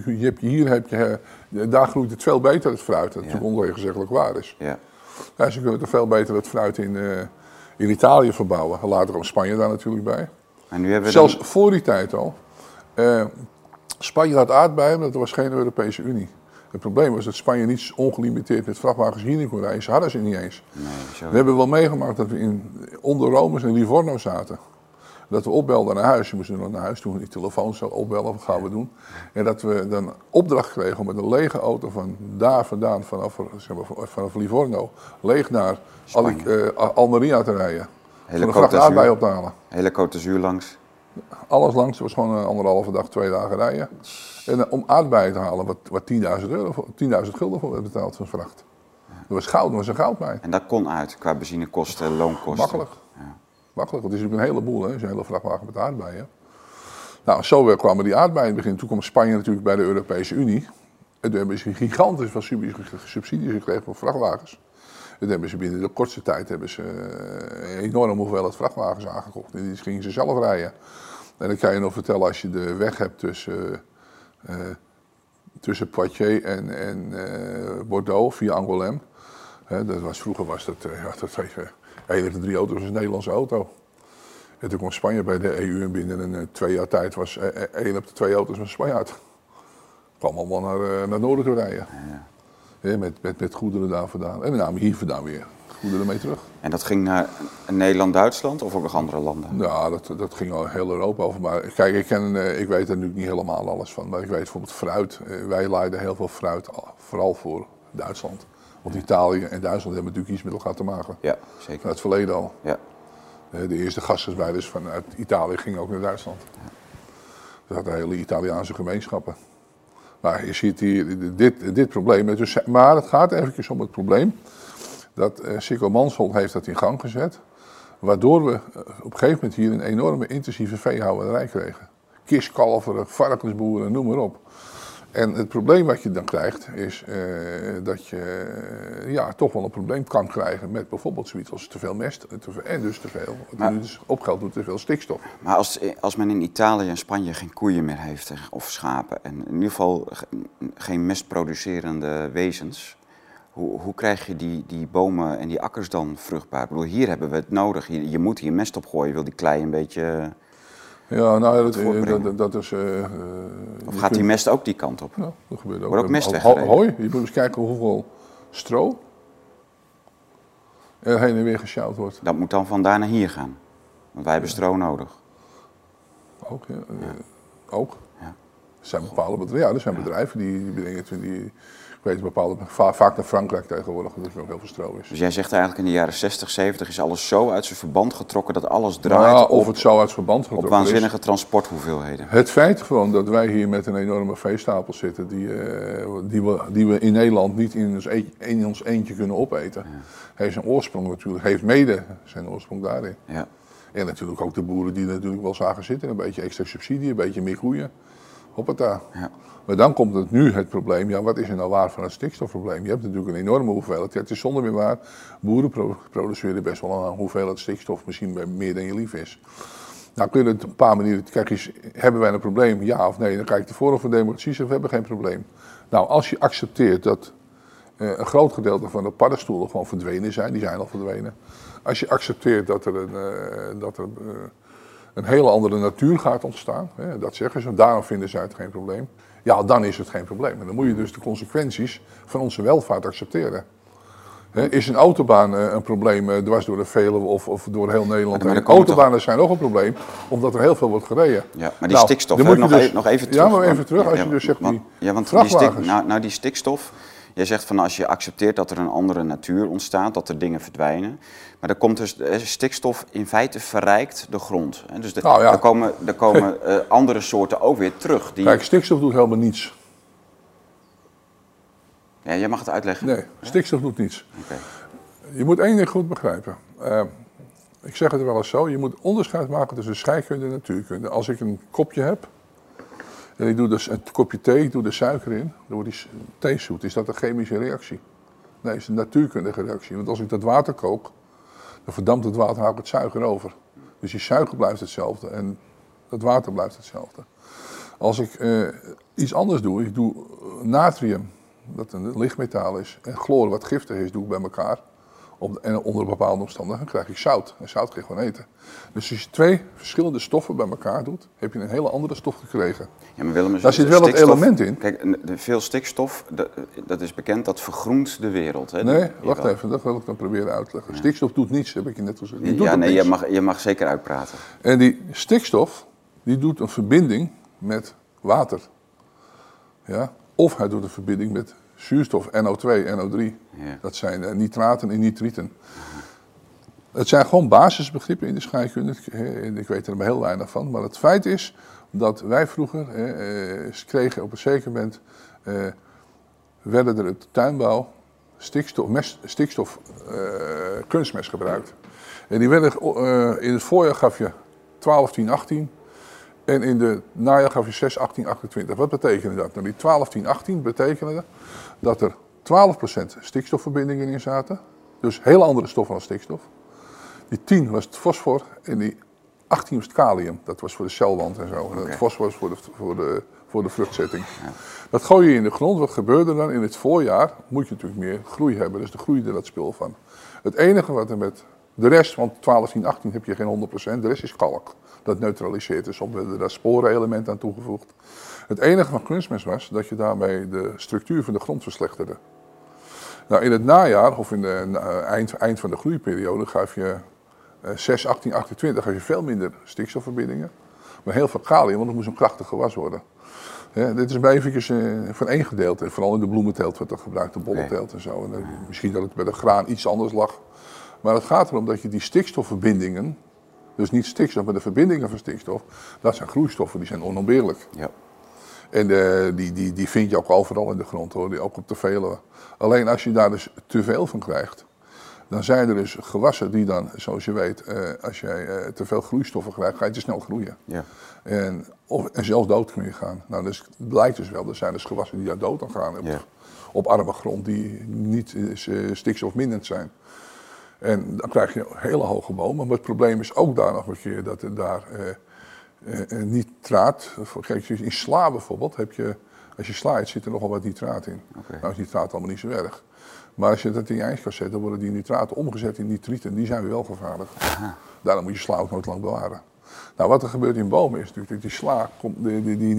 Daar groeit het veel beter, het fruit. Dat natuurlijk ontegenzeggelijk waar is. Ja. Ja, ze kunnen er veel beter het fruit in Italië verbouwen. Later kwam Spanje daar natuurlijk bij. En nu hebben we zelfs voor die tijd al. Spanje had aardbeien, maar dat was geen Europese Unie. Het probleem was dat Spanje niet ongelimiteerd met vrachtwagens hierheen kon rijden. Ze hadden ze niet eens. Nee, we hebben wel meegemaakt dat we onder Rome en Livorno zaten. Dat we opbelden naar huis. Je moest dan naar huis toe, die telefooncel opbellen, wat gaan we doen. En dat we dan opdracht kregen om met een lege auto van daar vandaan, vanaf Livorno, leeg naar Almeria te rijden. Om een vracht aardbeien op te halen. Hele Côte d'Azur langs. Alles langs, het was gewoon 1,5 dag, 2 dagen rijden. En om aardbeien te halen, wat 10.000 gulden voor werd betaald voor vracht. Dat was goud, dat was een goudmijn. En dat kon uit, qua benzinekosten, loonkosten? Makkelijk. Ja. Makkelijk, want het is natuurlijk een heleboel, hè. Het is een hele vrachtwagen met aardbeien. Nou, zo kwamen die aardbeien in het begin. Toen kwam Spanje natuurlijk bij de Europese Unie. En toen hebben ze gigantisch veel subsidies gekregen voor vrachtwagens. En toen hebben ze binnen de kortste tijd een enorme hoeveelheid vrachtwagens aangekocht. En die gingen ze zelf rijden. En dan kan je nog vertellen, als je de weg hebt tussen Poitiers en Bordeaux via Angoulême. Vroeger was dat, 1 op de 3 auto's was een Nederlandse auto. En toen kwam Spanje bij de EU en binnen 2 jaar tijd was 1 op de 2 auto's een Spanjaard. Kwam allemaal naar het noorden toe rijden. Ja. Met goederen daar vandaan. En met name hier vandaan weer. Goederen mee terug. En dat ging naar Nederland, Duitsland of ook nog andere landen? Ja, dat ging al heel Europa over. Maar kijk, ik weet er nu niet helemaal alles van. Maar ik weet bijvoorbeeld fruit. Wij leiden heel veel fruit, vooral voor Duitsland. Want Italië en Duitsland hebben natuurlijk iets met elkaar te maken. Ja, zeker. Uit het verleden al. Ja. De eerste gastarbeiders vanuit Italië gingen ook naar Duitsland. Ja. Er zaten hele Italiaanse gemeenschappen. Maar je ziet hier dit probleem. Maar het gaat eventjes om het probleem. Dat Sikko Mansholt heeft dat in gang gezet. Waardoor we op een gegeven moment hier een enorme intensieve veehouderij kregen. Kistkalveren, varkensboeren, noem maar op. En het probleem wat je dan krijgt is dat je toch wel een probleem kan krijgen met bijvoorbeeld zoiets als te veel mest en dus te veel, wat nu dus opgeldt door te veel stikstof. Maar als men in Italië en Spanje geen koeien meer heeft of schapen en in ieder geval geen mestproducerende wezens, hoe krijg je die bomen en die akkers dan vruchtbaar? Ik bedoel, hier hebben we het nodig, je moet hier mest opgooien, je wil die klei een beetje... Ja, nou, dat is... of gaat die mest ook die kant op? Ja, dat gebeurt ook. Wordt ook mest weggereden? Hooi, je moet eens kijken hoeveel stro er heen en weer gesjouwd wordt. Dat moet dan vandaar naar hier gaan. Want wij hebben stro nodig. Ook, ja. Ook. Ja. Er zijn bepaalde bedrijven, er zijn bedrijven die brengen het in ik weet bepaalde, vaak naar Frankrijk tegenwoordig, omdat er ook heel veel stro is. Dus jij zegt eigenlijk in de jaren 60, 70 is alles zo uit zijn verband getrokken dat alles draait nou, of het zo uit verband getrokken op waanzinnige transporthoeveelheden. Het feit gewoon dat wij hier met een enorme veestapel zitten die we in Nederland niet in ons eentje kunnen opeten, heeft zijn oorsprong natuurlijk, heeft mede zijn oorsprong daarin. Ja. En natuurlijk ook de boeren die natuurlijk wel zagen zitten, een beetje extra subsidie, een beetje meer groeien. Hoppata. Ja. Maar dan komt het probleem, ja, wat is er nou waar van het stikstofprobleem? Je hebt natuurlijk een enorme hoeveelheid. Ja, het is zonder meer waar, boeren produceren best wel een hoeveelheid stikstof, misschien meer dan je lief is. Nou kun je het op een paar manieren, kijk eens, hebben wij een probleem, ja of nee? Dan kijk ik de Forum voor Democratie zegt, we hebben geen probleem. Nou, als je accepteert dat een groot gedeelte van de paddenstoelen gewoon verdwenen zijn, die zijn al verdwenen. Als je accepteert dat er een hele andere natuur gaat ontstaan, hè, dat zeggen ze, daarom vinden zij het geen probleem. Ja, dan is het geen probleem. En dan moet je dus de consequenties van onze welvaart accepteren. Is een autobaan een probleem dwars door de Veluwe of door heel Nederland? Autobanen zijn ook een probleem, omdat er heel veel wordt gereden. Ja, maar die stikstof, nog even terug. Ja, maar even terug, als je dus zegt die stikstof, jij zegt van als je accepteert dat er een andere natuur ontstaat, dat er dingen verdwijnen. Maar dan komt dus stikstof in feite verrijkt de grond. Dus er komen andere soorten ook weer terug. Kijk, stikstof doet helemaal niets. Ja, jij mag het uitleggen. Nee, stikstof doet niets. Okay. Je moet één ding goed begrijpen. Ik zeg het wel eens zo, je moet onderscheid maken tussen scheikunde en natuurkunde. Als ik een kopje heb en ik doe dus een kopje thee, ik doe er suiker in, dan wordt die thee zoet. Is dat een chemische reactie? Nee, het is een natuurkundige reactie. Want als ik dat water kook, dan verdampt het water, hou ik het suiker over. Dus die suiker blijft hetzelfde en het water blijft hetzelfde. Als ik iets anders doe, ik doe natrium, dat een lichtmetaal is, en chloor, wat giftig is, doe ik bij elkaar. En onder bepaalde omstandigheden krijg ik zout. En zout krijg je gewoon eten. Dus als je twee verschillende stoffen bij elkaar doet, heb je een hele andere stof gekregen. Ja, maar Willem, daar zit wel het element in. Kijk, veel stikstof, dat is bekend, dat vergroent de wereld. Hè? Nee, wacht even, dat wil ik dan proberen uit te leggen. Ja. Stikstof doet niets, heb ik je net gezegd. Je mag zeker uitpraten. En die stikstof, die doet een verbinding met water. Ja? Of hij doet een verbinding met zuurstof, NO2, NO3. Ja. Dat zijn nitraten en nitrieten. Het zijn gewoon basisbegrippen in de scheikunde. Ik weet er maar heel weinig van. Maar het feit is dat wij vroeger kregen op een zeker moment, werden er in de tuinbouw kunstmest gebruikt. En die werden in het voorjaar gaf je 12, 10, 18. En in de najaar gaf je 6, 18, 28. Wat betekende dat? Nou, die 12, 10, 18 betekende dat er 12% stikstofverbindingen in zaten. Dus hele andere stoffen dan stikstof. Die 10 was het fosfor en die 18 was het kalium. Dat was voor de celwand en zo. Okay. Het fosfor was voor de vruchtzetting. Ja. Dat gooi je in de grond. Wat gebeurde dan? In het voorjaar moet je natuurlijk meer groei hebben. Dus er groeide dat spul van. Het enige wat er met de rest, want 12, 10, 18 heb je geen 100%. De rest is kalk. Dat neutraliseert. Dus soms werden daar sporenelementen aan toegevoegd. Het enige van kunstmest was dat je daarmee de structuur van de grond verslechterde. Nou, in het najaar of in de eind van de groeiperiode gaf je 6, 18, 28 gaf je veel minder stikstofverbindingen. Maar heel veel kalium, want het moest een krachtig gewas worden. Ja, dit is bij eventjes van één gedeelte. Vooral in de bloementeelt werd dat gebruikt, de bollenteelt en zo. En, misschien dat het bij de graan iets anders lag. Maar het gaat erom dat je die stikstofverbindingen, dus niet stikstof, maar de verbindingen van stikstof, dat zijn groeistoffen, die zijn onontbeerlijk. Ja. En die vind je ook overal in de grond hoor, ook op de Veluwe. Alleen als je daar dus te veel van krijgt, dan zijn er dus gewassen die dan, zoals je weet, als jij te veel groeistoffen krijgt, ga je te snel groeien. Ja. En zelfs dood kun je gaan. Nou, dus het blijkt dus wel, er zijn dus gewassen die daar dood aan gaan op arme grond, die niet stikstofmindend zijn. En dan krijg je hele hoge bomen. Maar het probleem is ook daar nog een keer dat er daar nitraat, kijk, in sla bijvoorbeeld, heb je, als je slaait zit er nogal wat nitraat in. Okay. Nou is nitraat allemaal niet zo erg. Maar als je dat in je ijs gaat zetten, dan worden die nitraten omgezet in nitrieten. Die zijn weer wel gevaarlijk. Aha. Daarom moet je sla ook nooit lang bewaren. Nou, wat er gebeurt in bomen is natuurlijk dat die sla, die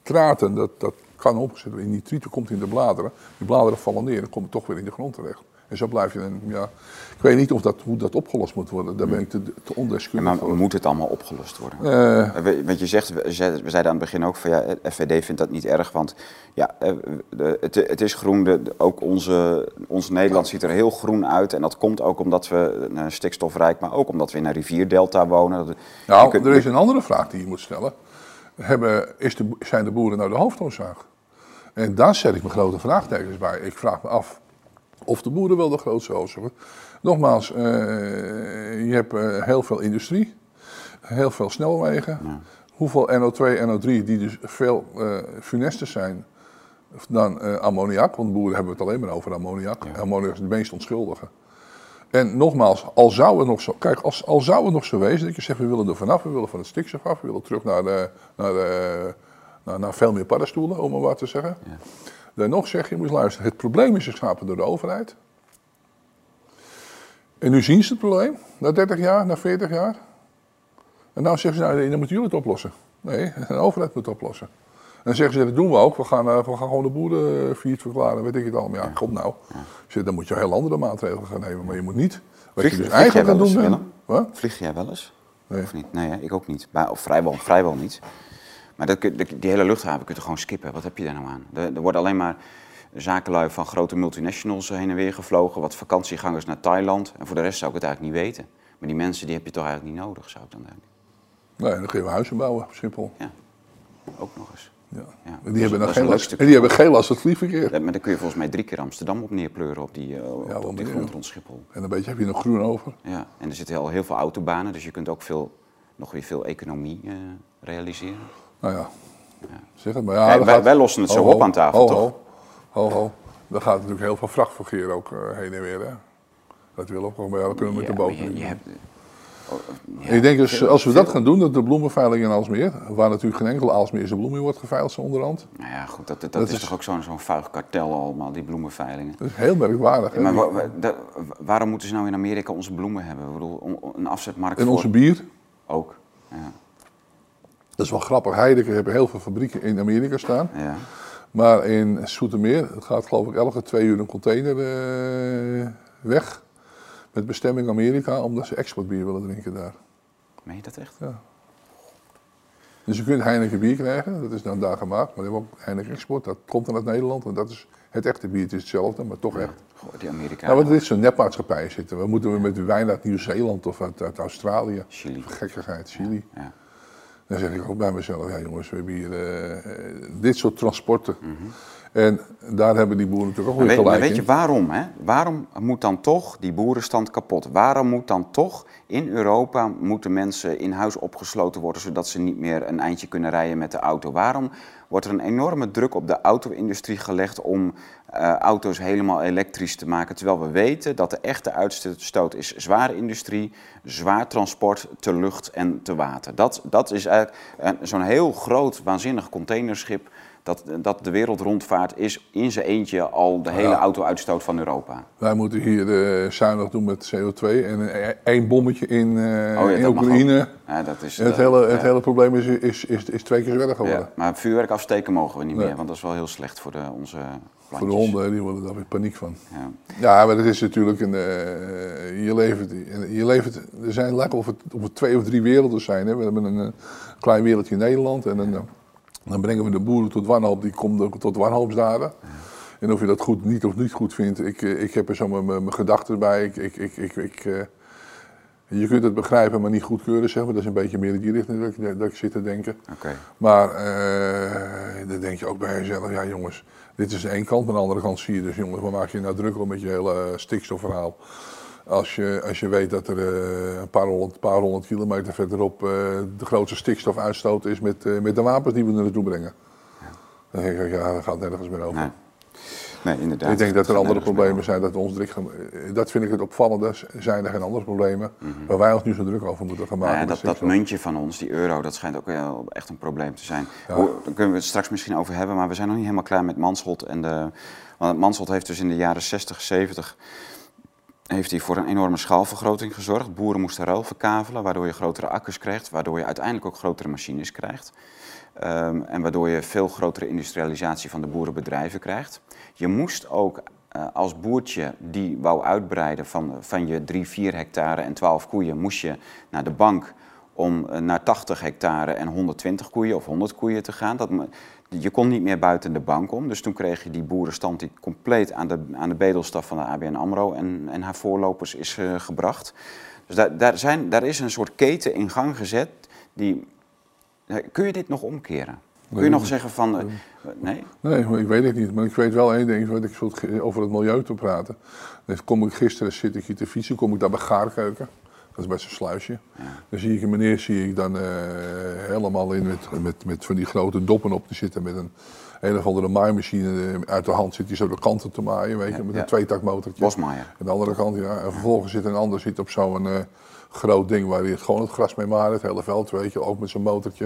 nitraten, dat kan omgezet worden in nitrieten, komt in de bladeren. Die bladeren vallen neer en komen toch weer in de grond terecht. En zo blijf je ik weet niet hoe dat opgelost moet worden. Daar ben ik te ondeskundig voor. Maar moet het allemaal opgelost worden? Want je zegt, we zeiden aan het begin ook van ja, FVD vindt dat niet erg, want ja, het is groen. Ook ons Nederland ziet er heel groen uit. En dat komt ook omdat we stikstofrijk, maar ook omdat we in een rivierdelta wonen. Er is een andere vraag die je moet stellen. Zijn de boeren nou de hoofdoorzaak? En daar zet ik mijn grote vraagtekens bij. Ik vraag me af of de boeren wel de grootste oorzaak zijn. Nogmaals, je hebt heel veel industrie, heel veel snelwegen. Ja. Hoeveel NO2, NO3 die dus veel funester zijn dan ammoniak. Want boeren hebben het alleen maar over ammoniak. Ja. Ammoniak is het meest onschuldige. En nogmaals, al zou het nog zo, kijk, al zou het nog zo wezen dat je zegt we willen er vanaf, we willen van het stikstof af, we willen terug naar veel meer paddenstoelen, om maar wat te zeggen. Ja. Dan nog zeg je, moet luisteren, het probleem is geschapen door de overheid. En nu zien ze het probleem, na 30 jaar, na 40 jaar. En nou zeggen ze, nou, dan moeten jullie het oplossen. Nee, de overheid moet het oplossen. En dan zeggen ze, dat doen we ook, we gaan gewoon de boeren failliet verklaren, weet ik het allemaal. Ja, kom nou. Ja. Dan moet je heel andere maatregelen gaan nemen, maar je moet niet. Wat je dus eigenlijk gaat doen. Vlieg jij wel eens? Nee. Of niet? Nee, ik ook niet. Of vrijwel niet. Maar die hele luchthaven kun je gewoon skippen. Wat heb je daar nou aan? Er worden alleen maar zakenlui van grote multinationals heen en weer gevlogen. Wat vakantiegangers naar Thailand. En voor de rest zou ik het eigenlijk niet weten. Maar die mensen die heb je toch eigenlijk niet nodig, zou ik dan denken. Nee, dan gaan we huizen bouwen, simpel. Ja, ook nog eens. Ja. Ja. Die hebben geen last. En die hebben geen last van het vliegverkeer. Ja, maar dan kun je volgens mij 3 keer Amsterdam op neerpleuren op die grond rond Schiphol. En een heb je nog groen over. Ja, en er zitten al heel veel autobanen, dus je kunt ook nog weer veel economie realiseren. Nou ja, zeg het maar. Ja, kijk, wij lossen het zo op aan tafel, toch? Daar gaat natuurlijk heel veel vrachtverkeer ook heen en weer. Hè? Dat wil ook, maar dat kunnen we met de boot doen. Ik denk dus, als we dat gaan doen, dat de bloemenveiling in Aalsmeer, waar natuurlijk geen enkele Aalsmeerse bloem in wordt geveild, zo onderhand. Nou ja, goed, dat is toch ook zo'n vuig kartel allemaal, die bloemenveilingen. Dat is heel merkwaardig. Ja, maar waarom moeten ze nou in Amerika onze bloemen hebben? Ik bedoel, een afzetmarkt en onze bier? Ook, ja. Dat is wel grappig. Heineken hebben heel veel fabrieken in Amerika staan. Ja. Maar in Zoetermeer gaat geloof ik elke 2 uur een container weg. Met bestemming Amerika, omdat ze exportbier willen drinken daar. Meen je dat echt? Ja. Dus je kunt Heineken bier krijgen, dat is dan daar gemaakt. Maar we hebben ook Heineken export, dat komt dan uit Nederland. En dat is het echte bier, het is hetzelfde, maar toch echt. Goh, die Amerikanen. Nou, want dit is zo'n nepmaatschappij zitten. We moeten met de wijn uit Nieuw-Zeeland of uit Australië. Chili. Gekkigheid, Chili. Ja. Dan zeg ik ook bij mezelf, ja jongens, we hebben hier dit soort transporten. En daar hebben die boeren natuurlijk ook weer gelijk in. Weet je waarom? Hè? Waarom moet dan toch die boerenstand kapot? Waarom moet dan toch in Europa moeten mensen in huis opgesloten worden, zodat ze niet meer een eindje kunnen rijden met de auto? Waarom wordt er een enorme druk op de auto-industrie gelegd om auto's helemaal elektrisch te maken? Terwijl we weten dat de echte uitstoot is zware industrie, zwaar transport te lucht en te water. Dat is eigenlijk zo'n heel groot, waanzinnig containerschip. Dat de wereld rondvaart is in zijn eentje al de hele auto-uitstoot van Europa. Wij moeten hier zuinig doen met CO2 en 1 bommetje in Oekraïne. Ja, dat is, het hele probleem is 2 keer zwerder geworden. Ja, maar vuurwerk afsteken mogen we niet meer, want dat is wel heel slecht voor onze plantjes. Voor de honden, die worden daar weer paniek van. Ja, maar dat is natuurlijk je levert, er zijn lekker of het 2 of 3 werelden zijn. Hè. We hebben een klein wereldje in Nederland en dan brengen we de boeren tot wanhoop, die komen tot wanhoopsdaden. Ja. En of je dat goed niet of niet goed vindt, ik heb er zo mijn gedachten bij. Je kunt het begrijpen, maar niet goedkeuren, zeg maar. Dat is een beetje meer in die richting dat ik zit te denken. Okay. Maar dan denk je ook bij jezelf, ja jongens, dit is de ene kant. Maar aan de andere kant zie je dus, jongens, waar maak je nou druk om met je hele stikstofverhaal? Als je weet dat er een paar honderd kilometer verderop de grootste stikstofuitstoot is met de wapens die we er naartoe brengen. Ja. Dan denk ik, ja, dat gaat nergens meer over. Nee, inderdaad. Ik denk dat er andere problemen zijn dat we ons druk gaan. Dat vind ik het opvallende. Zijn er geen andere problemen waar wij ons nu zo druk over moeten gaan maken? Nou ja, dat muntje van ons, die euro, dat schijnt ook wel echt een probleem te zijn. Ja. Daar kunnen we het straks misschien over hebben, maar we zijn nog niet helemaal klaar met Mansholt. Want Mansholt heeft dus in de jaren 60, 70... heeft hij voor een enorme schaalvergroting gezorgd. Boeren moesten ruil verkavelen, waardoor je grotere akkers krijgt, waardoor je uiteindelijk ook grotere machines krijgt. En waardoor je veel grotere industrialisatie van de boerenbedrijven krijgt. Je moest ook als boertje die wou uitbreiden van je 3, 4 hectare en 12 koeien, moest je naar de bank om naar 80 hectare en 120 koeien of 100 koeien te gaan. Je kon niet meer buiten de bank om, dus toen kreeg je die boerenstand die compleet aan de bedelstaf van de ABN AMRO en haar voorlopers is gebracht. Dus daar is een soort keten in gang gezet. Kun je dit nog omkeren? Kun je nog zeggen van... nee? Nee, ik weet het niet. Maar ik weet wel één ding, wat ik over het milieu te praten. Gisteren zit ik hier te fietsen, kom ik daar bij Gaarkeuken. Dat is bij zo'n sluisje. Ja. Dan zie ik een meneer helemaal in met van die grote doppen op te zitten. Met een of andere maaimachine uit de hand zit hij zo de kanten te maaien, weet je, met een tweetakmotortje. Bosmaaier. Aan de andere kant, ja. En vervolgens zit een ander op zo'n groot ding waar hij gewoon het gras mee maait, het hele veld, weet je, ook met zo'n motortje.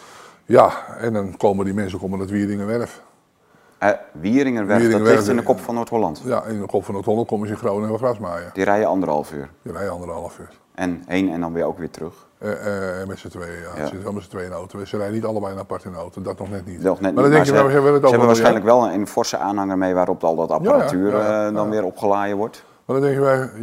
Ja, en dan komen die mensen naar het Wieringerwerf. Wieringerwerf, dat ligt in de kop van Noord-Holland? Ja, in de kop van Noord-Holland komen ze in Groningen en gras maaien. Die rijden 1,5 uur? Die rijden 1,5 uur. En heen en dan weer ook weer terug? Met z'n tweeën, ja. Ze zitten wel met z'n tweeën in de auto. Ze rijden niet allebei een apart in de auto, dat nog net niet. Maar dan denk je, ze hebben waarschijnlijk wel een forse aanhanger mee waarop al dat apparatuur dan weer opgeladen wordt. Maar dan denken wij,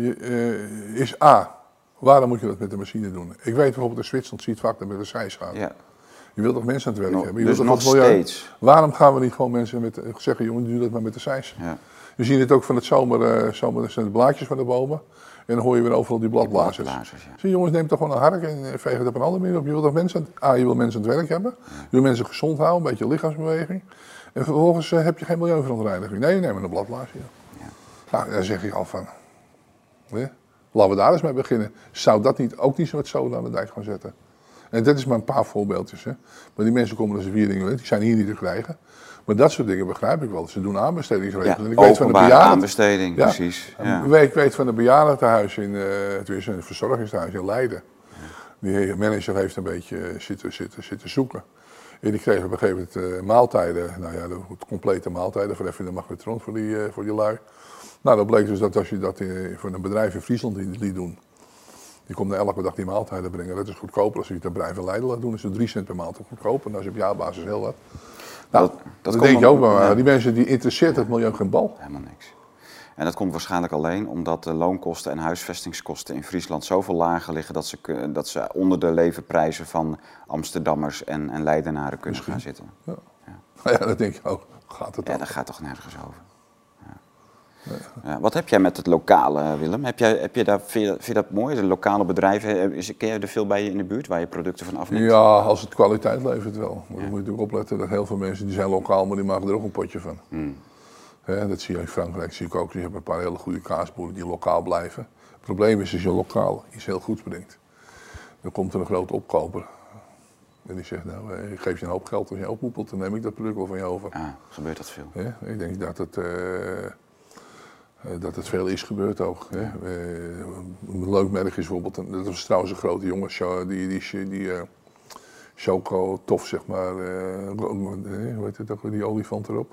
is waarom moet je dat met de machine doen? Ik weet bijvoorbeeld in Zwitserland zie je het vaak dat met de zeis gaat. Ja. Je wilt toch mensen aan het werk hebben? Je dus nog steeds. Waarom gaan we niet gewoon mensen zeggen, jongen, doe dat maar met de zeis? Ja. We zien het ook van het zomer zijn de blaadjes van de bomen. En dan hoor je weer overal die bladblazers. Zie jongens, neem toch gewoon een hark en veeg het op een andere manier op. Je wil toch mensen je wil mensen aan het werk hebben. Je wil mensen gezond houden, een beetje lichaamsbeweging. En vervolgens heb je geen milieuverontreiniging. Nee, je neemt een bladblaasje. Ja. Nou, dan zeg je al van, laten we daar eens mee beginnen. Zou dat ook niet zo wat zoden aan de dijk gaan zetten? En dat is maar een paar voorbeeldjes. Hè. Maar die mensen komen dus Wieringen, die zijn hier niet te krijgen. Maar dat soort dingen begrijp ik wel. Ze doen aanbestedingsregelingen. Ja, openbare aanbesteding, ja, precies. Ja. Ik weet van een bejaardentehuis een verzorgingstehuis in Leiden. Die manager heeft een beetje zitten zoeken. En die kreeg op een gegeven moment maaltijden. Nou ja, de complete maaltijden voor even de magnetron voor die lui. Nou, dat bleek dus dat als je dat voor een bedrijf in Friesland liet doen. Die komt elke dag die maaltijden brengen. Dat is goedkoper als je het bedrijf in Leiden laat doen. Is het 3 cent per maaltijd goedkoper. Nou is op jaarbasis heel wat. Nou, dat denk je ook wel. Ja. Die mensen die interesseert het milieu geen bal. Helemaal niks. En dat komt waarschijnlijk alleen omdat de loonkosten en huisvestingskosten in Friesland zoveel lager liggen dat ze onder de levenprijzen van Amsterdammers en Leidenaren kunnen gaan zitten. Ja. Ja, dat denk je ook. Gaat het dat gaat toch nergens over. Ja, wat heb jij met het lokale, Willem? Vind je dat mooi, de lokale bedrijven? Ken je er veel bij je in de buurt waar je producten van afneemt? Ja, als het kwaliteit levert wel. Maar dan moet je natuurlijk opletten dat heel veel mensen die zijn lokaal, maar die maken er ook een potje van. Dat zie je in Frankrijk, zie ik ook. Je hebt een paar hele goede kaasboeren die lokaal blijven. Het probleem is als je lokaal iets heel goeds brengt. Dan komt er een grote opkoper. En die zegt, nou, ik geef je een hoop geld als je opmoepelt, dan neem ik dat product wel van je over. Gebeurt dat veel? Ik denk dat het veel is gebeurd ook. Hè. Een leuk merk is bijvoorbeeld, dat was trouwens een grote jongen, die Choco Tof, zeg maar, hoe heet het ook, die olifant erop.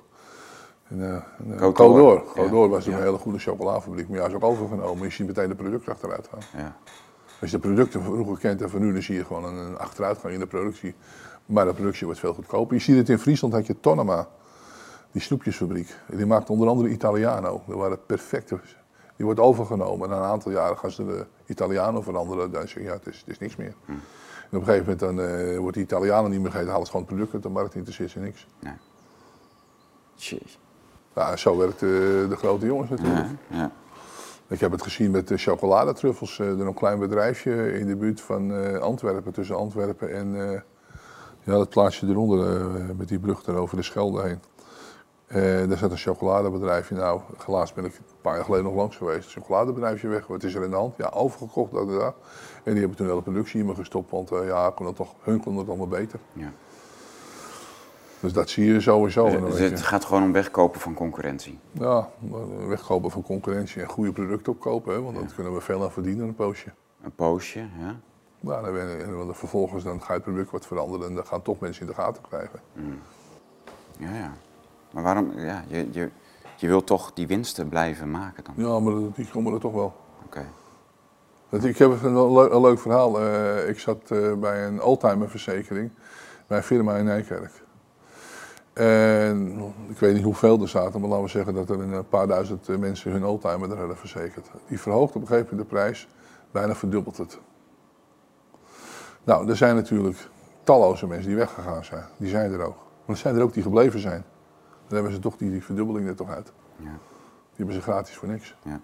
Codor was een hele goede chocolafabriek, maar ja, is ook overgenomen. Je ziet meteen de producten achteruit gaan. Ja. Als je de producten vroeger kent en van nu, dan zie je gewoon een achteruitgang in de productie. Maar de productie wordt veel goedkoper. Je ziet het in Friesland, had je Tonnema. Die snoepjesfabriek, die maakt onder andere Italiano. Dat waren perfecte. Die wordt overgenomen. Na een aantal jaren gaan ze de Italiano veranderen. Dan zeg je, ja, het is niks meer. En op een gegeven moment dan, wordt die Italiano niet meer gegeten. Halen ze gewoon het product uit de markt, interesseert ze niks. Nee. Jeez. Ja, zo werkt de grote jongens natuurlijk. Ja. Ik heb het gezien met de chocoladetruffels. Een klein bedrijfje in de buurt van Antwerpen, tussen Antwerpen en dat plaatsje eronder met die brug daar over de Schelde heen. Daar zat een chocoladebedrijfje. Nou, helaas ben ik een paar jaar geleden nog langs geweest. Het chocoladebedrijfje weg. Wat is er in de hand? Ja, overgekocht. En die hebben toen de hele productie in me gestopt. Want hun kon het allemaal beter. Ja. Dus dat zie je sowieso. Dus het gaat gewoon om wegkopen van concurrentie? Ja, wegkopen van concurrentie en goede producten opkopen. Hè, want daar kunnen we veel aan verdienen, een poosje. Een poosje, ja. Ja, dan vervolgens dan ga je het product wat veranderen en dan gaan toch mensen in de gaten krijgen. Ja. Maar waarom, je wilt toch die winsten blijven maken dan? Ja, maar die komen er toch wel. Oké. Ik heb een leuk verhaal. Ik zat bij een oldtimerverzekering bij een firma in Nijkerk. En ik weet niet hoeveel er zaten, maar laten we zeggen dat er een paar duizend mensen hun oldtimer er hadden verzekerd. Die verhoogt op een gegeven moment de prijs, bijna verdubbelt het. Nou, er zijn natuurlijk talloze mensen die weggegaan zijn. Die zijn er ook. Maar er zijn er ook die gebleven zijn. Dan hebben ze toch die verdubbeling er toch uit. Ja. Die hebben ze gratis voor niks. Ja.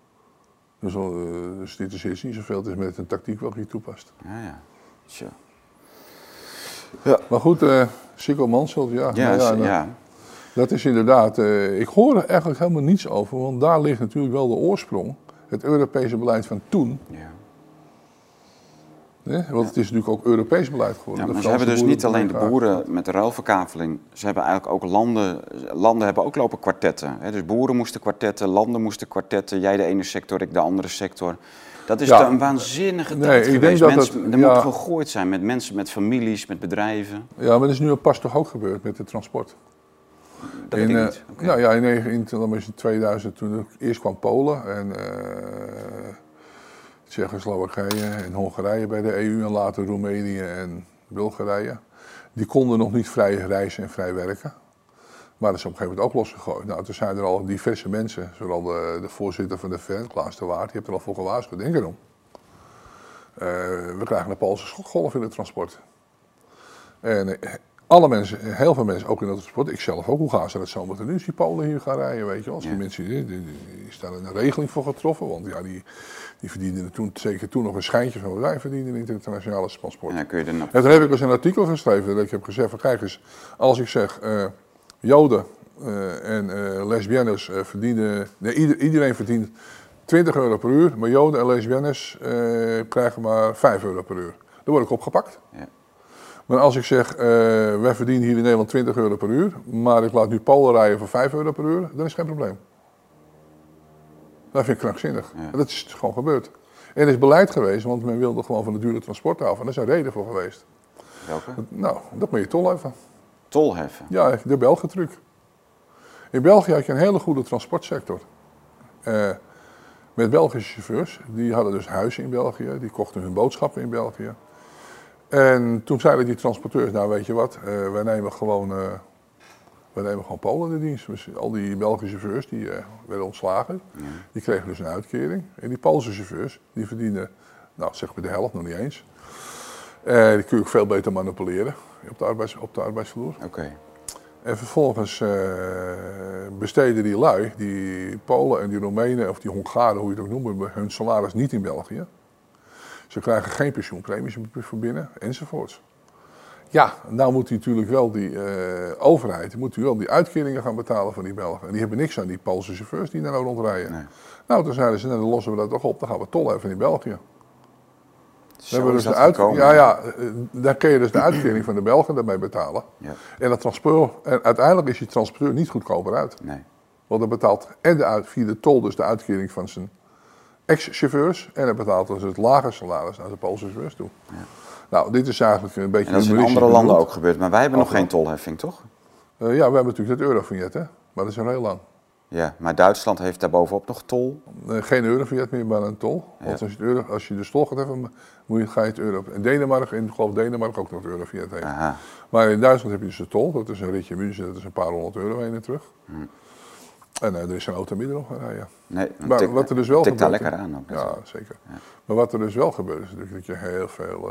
Dus dit is niet zoveel. Het is met een tactiek wat je toepast. Ja. Tja. Ja. Maar goed, Sikko Mansveld, ja. Dat is inderdaad, ik hoor er eigenlijk helemaal niets over, want daar ligt natuurlijk wel de oorsprong. Het Europese beleid van toen. Ja. Nee? Want het is natuurlijk ook Europees beleid geworden. Ja, maar ze hebben dus niet alleen de boeren met de ruilverkaveling. Ze hebben eigenlijk ook landen hebben ook lopen kwartetten. Dus boeren moesten kwartetten, landen moesten kwartetten. Jij de ene sector, ik de andere sector. Dat is een waanzinnige tijd geweest. Er moet gegooid zijn met mensen, met families, met bedrijven. Ja, maar dat is nu pas toch ook gebeurd met het transport. Dat weet ik niet. Okay. Nou ja, in 2000 toen eerst kwam Polen en Tsjechoslowakije en Hongarije bij de EU en later Roemenië en Bulgarije. Die konden nog niet vrij reizen en vrij werken. Maar dat is op een gegeven moment ook losgegooid. Nou, toen zijn er al diverse mensen, zowel de voorzitter van de VN, Klaas de Waard, die heeft er al voor gewaarschuwd. Denk erom. We krijgen een Poolse schokgolf in het transport. En alle mensen, heel veel mensen ook in het transport, ik zelf ook, hoe gaan ze dat zo moeten doen? Als die Polen hier gaan rijden, weet je wel. Als die mensen, die is daar een regeling voor getroffen, want ja, die verdienden zeker toen nog een schijntje van wat wij verdienen in het internationale transport. Ja, kun je en toen heb ik eens een artikel geschreven dat ik heb gezegd van kijk eens, als ik zeg Joden en lesbiennes verdienen, nee, iedereen verdient €20 per uur, maar Joden en lesbiennes krijgen maar €5 per uur. Dan word ik opgepakt. Ja. Maar als ik zeg, wij verdienen hier in Nederland €20 per uur, maar ik laat nu Polen rijden voor €5 per uur, dan is geen probleem. Dat vind ik krankzinnig. Ja. En dat is gewoon gebeurd. En er is beleid geweest, want men wilde gewoon van de dure transport af. En daar is een reden voor geweest. Welke? Nou, dat moet je tol heffen. Tol heffen? Ja, de Belgen-truc. In België had je een hele goede transportsector. Met Belgische chauffeurs. Die hadden dus huizen in België, die kochten hun boodschappen in België. En toen zeiden die transporteurs, nou weet je wat, wij nemen gewoon Polen in de dienst. Dus al die Belgische chauffeurs die werden ontslagen, die kregen dus een uitkering. En die Poolse chauffeurs, die verdienen, nou zeg maar de helft, nog niet eens. Die kun je ook veel beter manipuleren op de arbeidsvloer. Okay. En vervolgens besteden die lui, die Polen en die Roemenen of die Hongaren, hoe je het ook noemt, hun salaris niet in België. Ze krijgen geen pensioenpremies voor binnen, enzovoorts. Ja, nou moet hij natuurlijk wel die overheid, moet wel die uitkeringen gaan betalen van die Belgen. En die hebben niks aan die Poolse chauffeurs die daar nou rondrijden. Nee. Nou, toen zeiden ze, nou, dan lossen we dat toch op, dan gaan we tol hebben in België. Zo is dat gekomen. Dan kun je dus de uitkering van de Belgen daarmee betalen. Ja. En uiteindelijk is die transporteur niet goedkoper uit. Nee. Want hij betaalt via de tol dus de uitkering van zijn ex-chauffeurs. En hij betaalt dus het lage salaris naar de Poolse chauffeurs toe. Ja. Nou, dit is eigenlijk een beetje... En dat is in andere landen ook gebeurd, maar wij hebben nog geen tolheffing, toch? Ja, we hebben natuurlijk het Eurovignet, hè. Maar dat is al heel lang. Ja, maar Duitsland heeft daarbovenop nog tol? Geen Eurovignet meer, maar een tol. Ja. Want als je dus tol gaat hebben, ga je het euro... En Denemarken, ik geloof Denemarken ook nog het Eurovignet heeft. Aha. Maar in Duitsland heb je dus de tol, dat is een ritje München, dat is een paar €100 heen en terug. En er is geen auto midden nog gaan rijden. Nee, maar wat er dus wel tikt daar lekker aan ook. Ja, zeker. Ja. Maar wat er dus wel gebeurt is natuurlijk dat je heel veel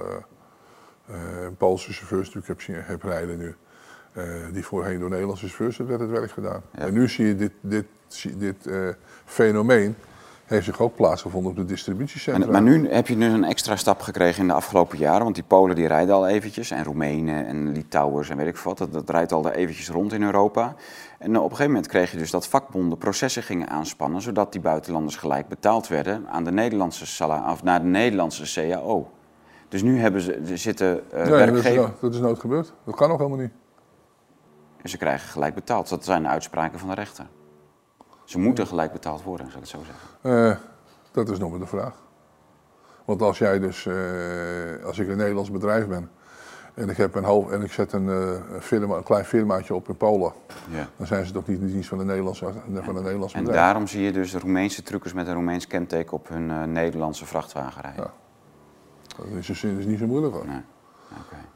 Poolse chauffeurs natuurlijk hebt rijden nu. Die voorheen door Nederlandse chauffeurs werd het werk gedaan. Ja. En nu zie je dit fenomeen heeft zich ook plaatsgevonden op de distributiecentra. Maar nu heb je dus een extra stap gekregen in de afgelopen jaren, want die Polen die rijden al eventjes, en Roemenen en Litouwers en weet ik wat, dat rijdt al eventjes rond in Europa. En op een gegeven moment kreeg je dus dat vakbonden processen gingen aanspannen, zodat die buitenlanders gelijk betaald werden aan de Nederlandse naar de Nederlandse CAO. Dus nu zitten werkgevers... Dat is nooit gebeurd. Dat kan nog helemaal niet. En ze krijgen gelijk betaald. Dat zijn de uitspraken van de rechter. Ze moeten gelijk betaald worden, zou ik het zo zeggen. Dat is nog maar de vraag. Want als jij dus, als ik een Nederlands bedrijf ben en ik heb ik zet een klein firmaatje op in Polen, dan zijn ze toch niet in dienst van een Nederlands bedrijf. En daarom zie je dus de Roemeense truckers met een Roemeens kenteken op hun Nederlandse vrachtwagen rijden. Ja. Dat is dus niet zo moeilijk hoor. Nee. Okay.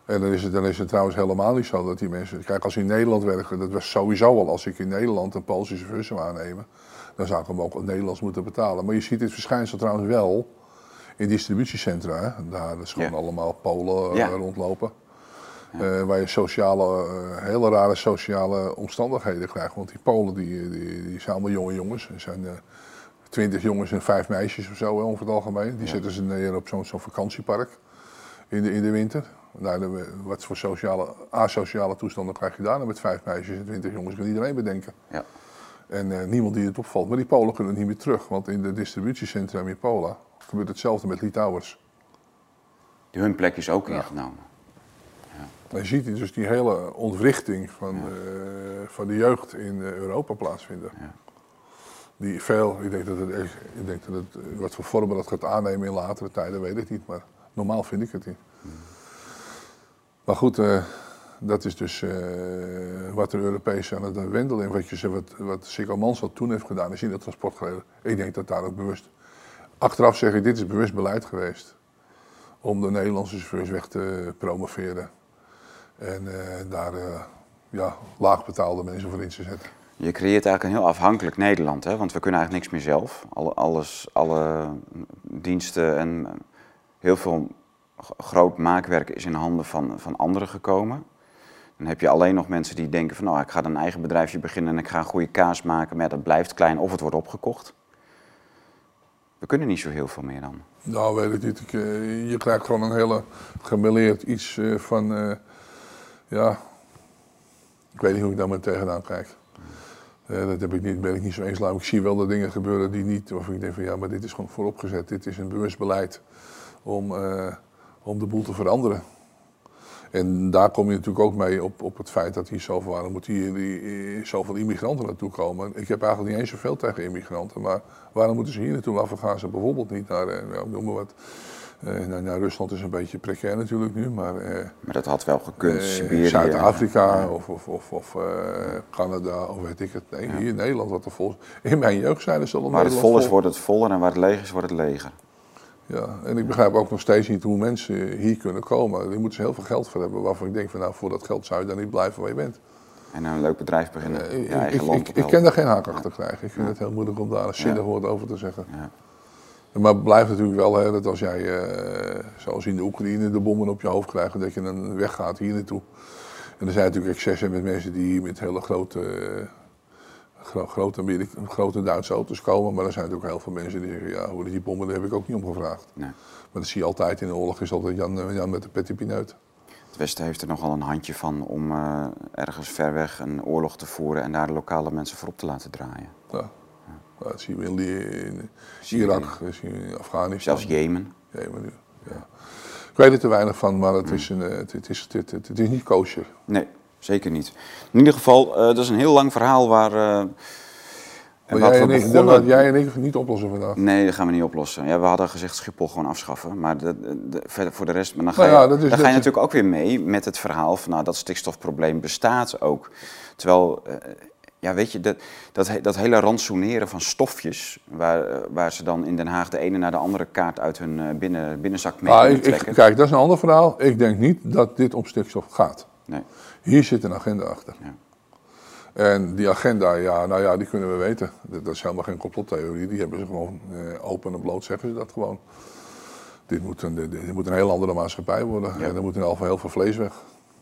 En dan is het trouwens helemaal niet zo dat die mensen... Kijk, als ze in Nederland werken, dat was sowieso al als ik in Nederland een Poolse chauffeur zou aannemen, dan zou ik hem ook het Nederlands moeten betalen. Maar je ziet dit verschijnsel trouwens wel in distributiecentra. Hè? Daar is gewoon allemaal Polen rondlopen. Waar je hele rare sociale omstandigheden krijgt. Want die Polen die zijn allemaal jonge jongens. Er zijn 20 jongens en 5 meisjes of zo over het algemeen. Die zetten ze neer op zo'n vakantiepark in de winter. Nou, wat voor asociale toestanden krijg je daar dan met 5 meisjes en 20 jongens? Kan iedereen bedenken. Ja. En niemand die het opvalt. Maar die Polen kunnen niet meer terug. Want in de distributiecentra in Polen gebeurt hetzelfde met Litouwers. Hun plek is ook ingenomen. Ja. Je ziet dus die hele ontwrichting van de jeugd in Europa plaatsvinden. Ja. Ik denk dat het wat voor vormen dat gaat aannemen in latere tijden, weet ik niet. Maar normaal vind ik het niet. Maar goed, dat is dus wat de Europese aan het wendelen en wat Siggo Mansholt toen heeft gedaan is in het transport gereden. Ik denk dat daar ook bewust. Achteraf zeg ik, dit is bewust beleid geweest om de Nederlandse chauffeurs weg te promoveren. En daar laagbetaalde mensen voor in te zetten. Je creëert eigenlijk een heel afhankelijk Nederland, hè? Want we kunnen eigenlijk niks meer zelf. Alle diensten en heel veel groot maakwerk is in handen van anderen gekomen. Dan heb je alleen nog mensen die denken van nou, ik ga een eigen bedrijfje beginnen en ik ga een goede kaas maken. Maar dat blijft klein of het wordt opgekocht. We kunnen niet zo heel veel meer dan. Nou, weet ik niet. Je krijgt gewoon een hele gemêleerd iets van, ik weet niet hoe ik daar maar tegenaan kijk. Dat ben ik niet zo eens. Ik zie wel dat dingen gebeuren die niet, waarvan ik denk van ja, maar dit is gewoon vooropgezet. Dit is een bewust beleid om de boel te veranderen. En daar kom je natuurlijk ook mee op het feit dat hier zoveel waren. Moeten hier zoveel immigranten naartoe komen. Ik heb eigenlijk niet eens zoveel tegen immigranten, maar waarom moeten ze hier naartoe? Waarvoor gaan ze bijvoorbeeld niet naar, noem maar wat. Rusland is een beetje precair natuurlijk nu, maar dat had wel gekund, Siberië. Zuid-Afrika of Canada of weet ik het. Nee, hier in Nederland, wat er vol is. In mijn jeugd zijn er zo. Waar het vol is, wordt het voller en waar het leeg is, wordt het leger. Ja, en ik begrijp ook nog steeds niet hoe mensen hier kunnen komen. Daar moeten ze heel veel geld voor hebben, waarvan ik denk van nou, voor dat geld zou je daar niet blijven waar je bent. En een leuk bedrijf beginnen, ik kan daar geen haak achter krijgen. Ik vind het heel moeilijk om daar een zinnig woord over te zeggen. Ja. Maar het blijft natuurlijk wel hè, dat als jij, zoals in de Oekraïne, de bommen op je hoofd krijgt, dat je dan weggaat hier naartoe. En er zijn natuurlijk excessen met mensen die hier met hele grote Duitse auto's komen. Maar er zijn natuurlijk heel veel mensen die zeggen, ja, die bommen, daar heb ik ook niet om gevraagd. Nee. Maar dat zie je altijd in de oorlog, is altijd Jan met de petje pineut. Het Westen heeft er nogal een handje van om ergens ver weg een oorlog te voeren en daar de lokale mensen voor op te laten draaien. Ja. Nou, dat zien we in Irak, in Afghanistan. Zelfs Jemen. Ja. Ik weet er te weinig van, maar het is niet kosher. Nee, zeker niet. In ieder geval, dat is een heel lang verhaal waar... Dat jij en ik niet oplossen vandaag. Nee, dat gaan we niet oplossen. Ja, we hadden gezegd Schiphol gewoon afschaffen, maar verder voor de rest... Maar dan ga je natuurlijk ook weer mee met het verhaal van nou, dat stikstofprobleem bestaat ook. Terwijl... Ja, weet je, dat hele rantsoeneren van stofjes, waar ze dan in Den Haag de ene naar de andere kaart uit hun binnenzak mee trekken. Kijk, dat is een ander verhaal. Ik denk niet dat dit om stikstof gaat. Nee. Hier zit een agenda achter. Ja. En die agenda, die kunnen we weten. Dat is helemaal geen complottheorie. Die hebben ze gewoon open en bloot, zeggen ze dat gewoon. Dit moet een heel andere maatschappij worden. Ja. En er moet in ieder geval heel veel vlees weg.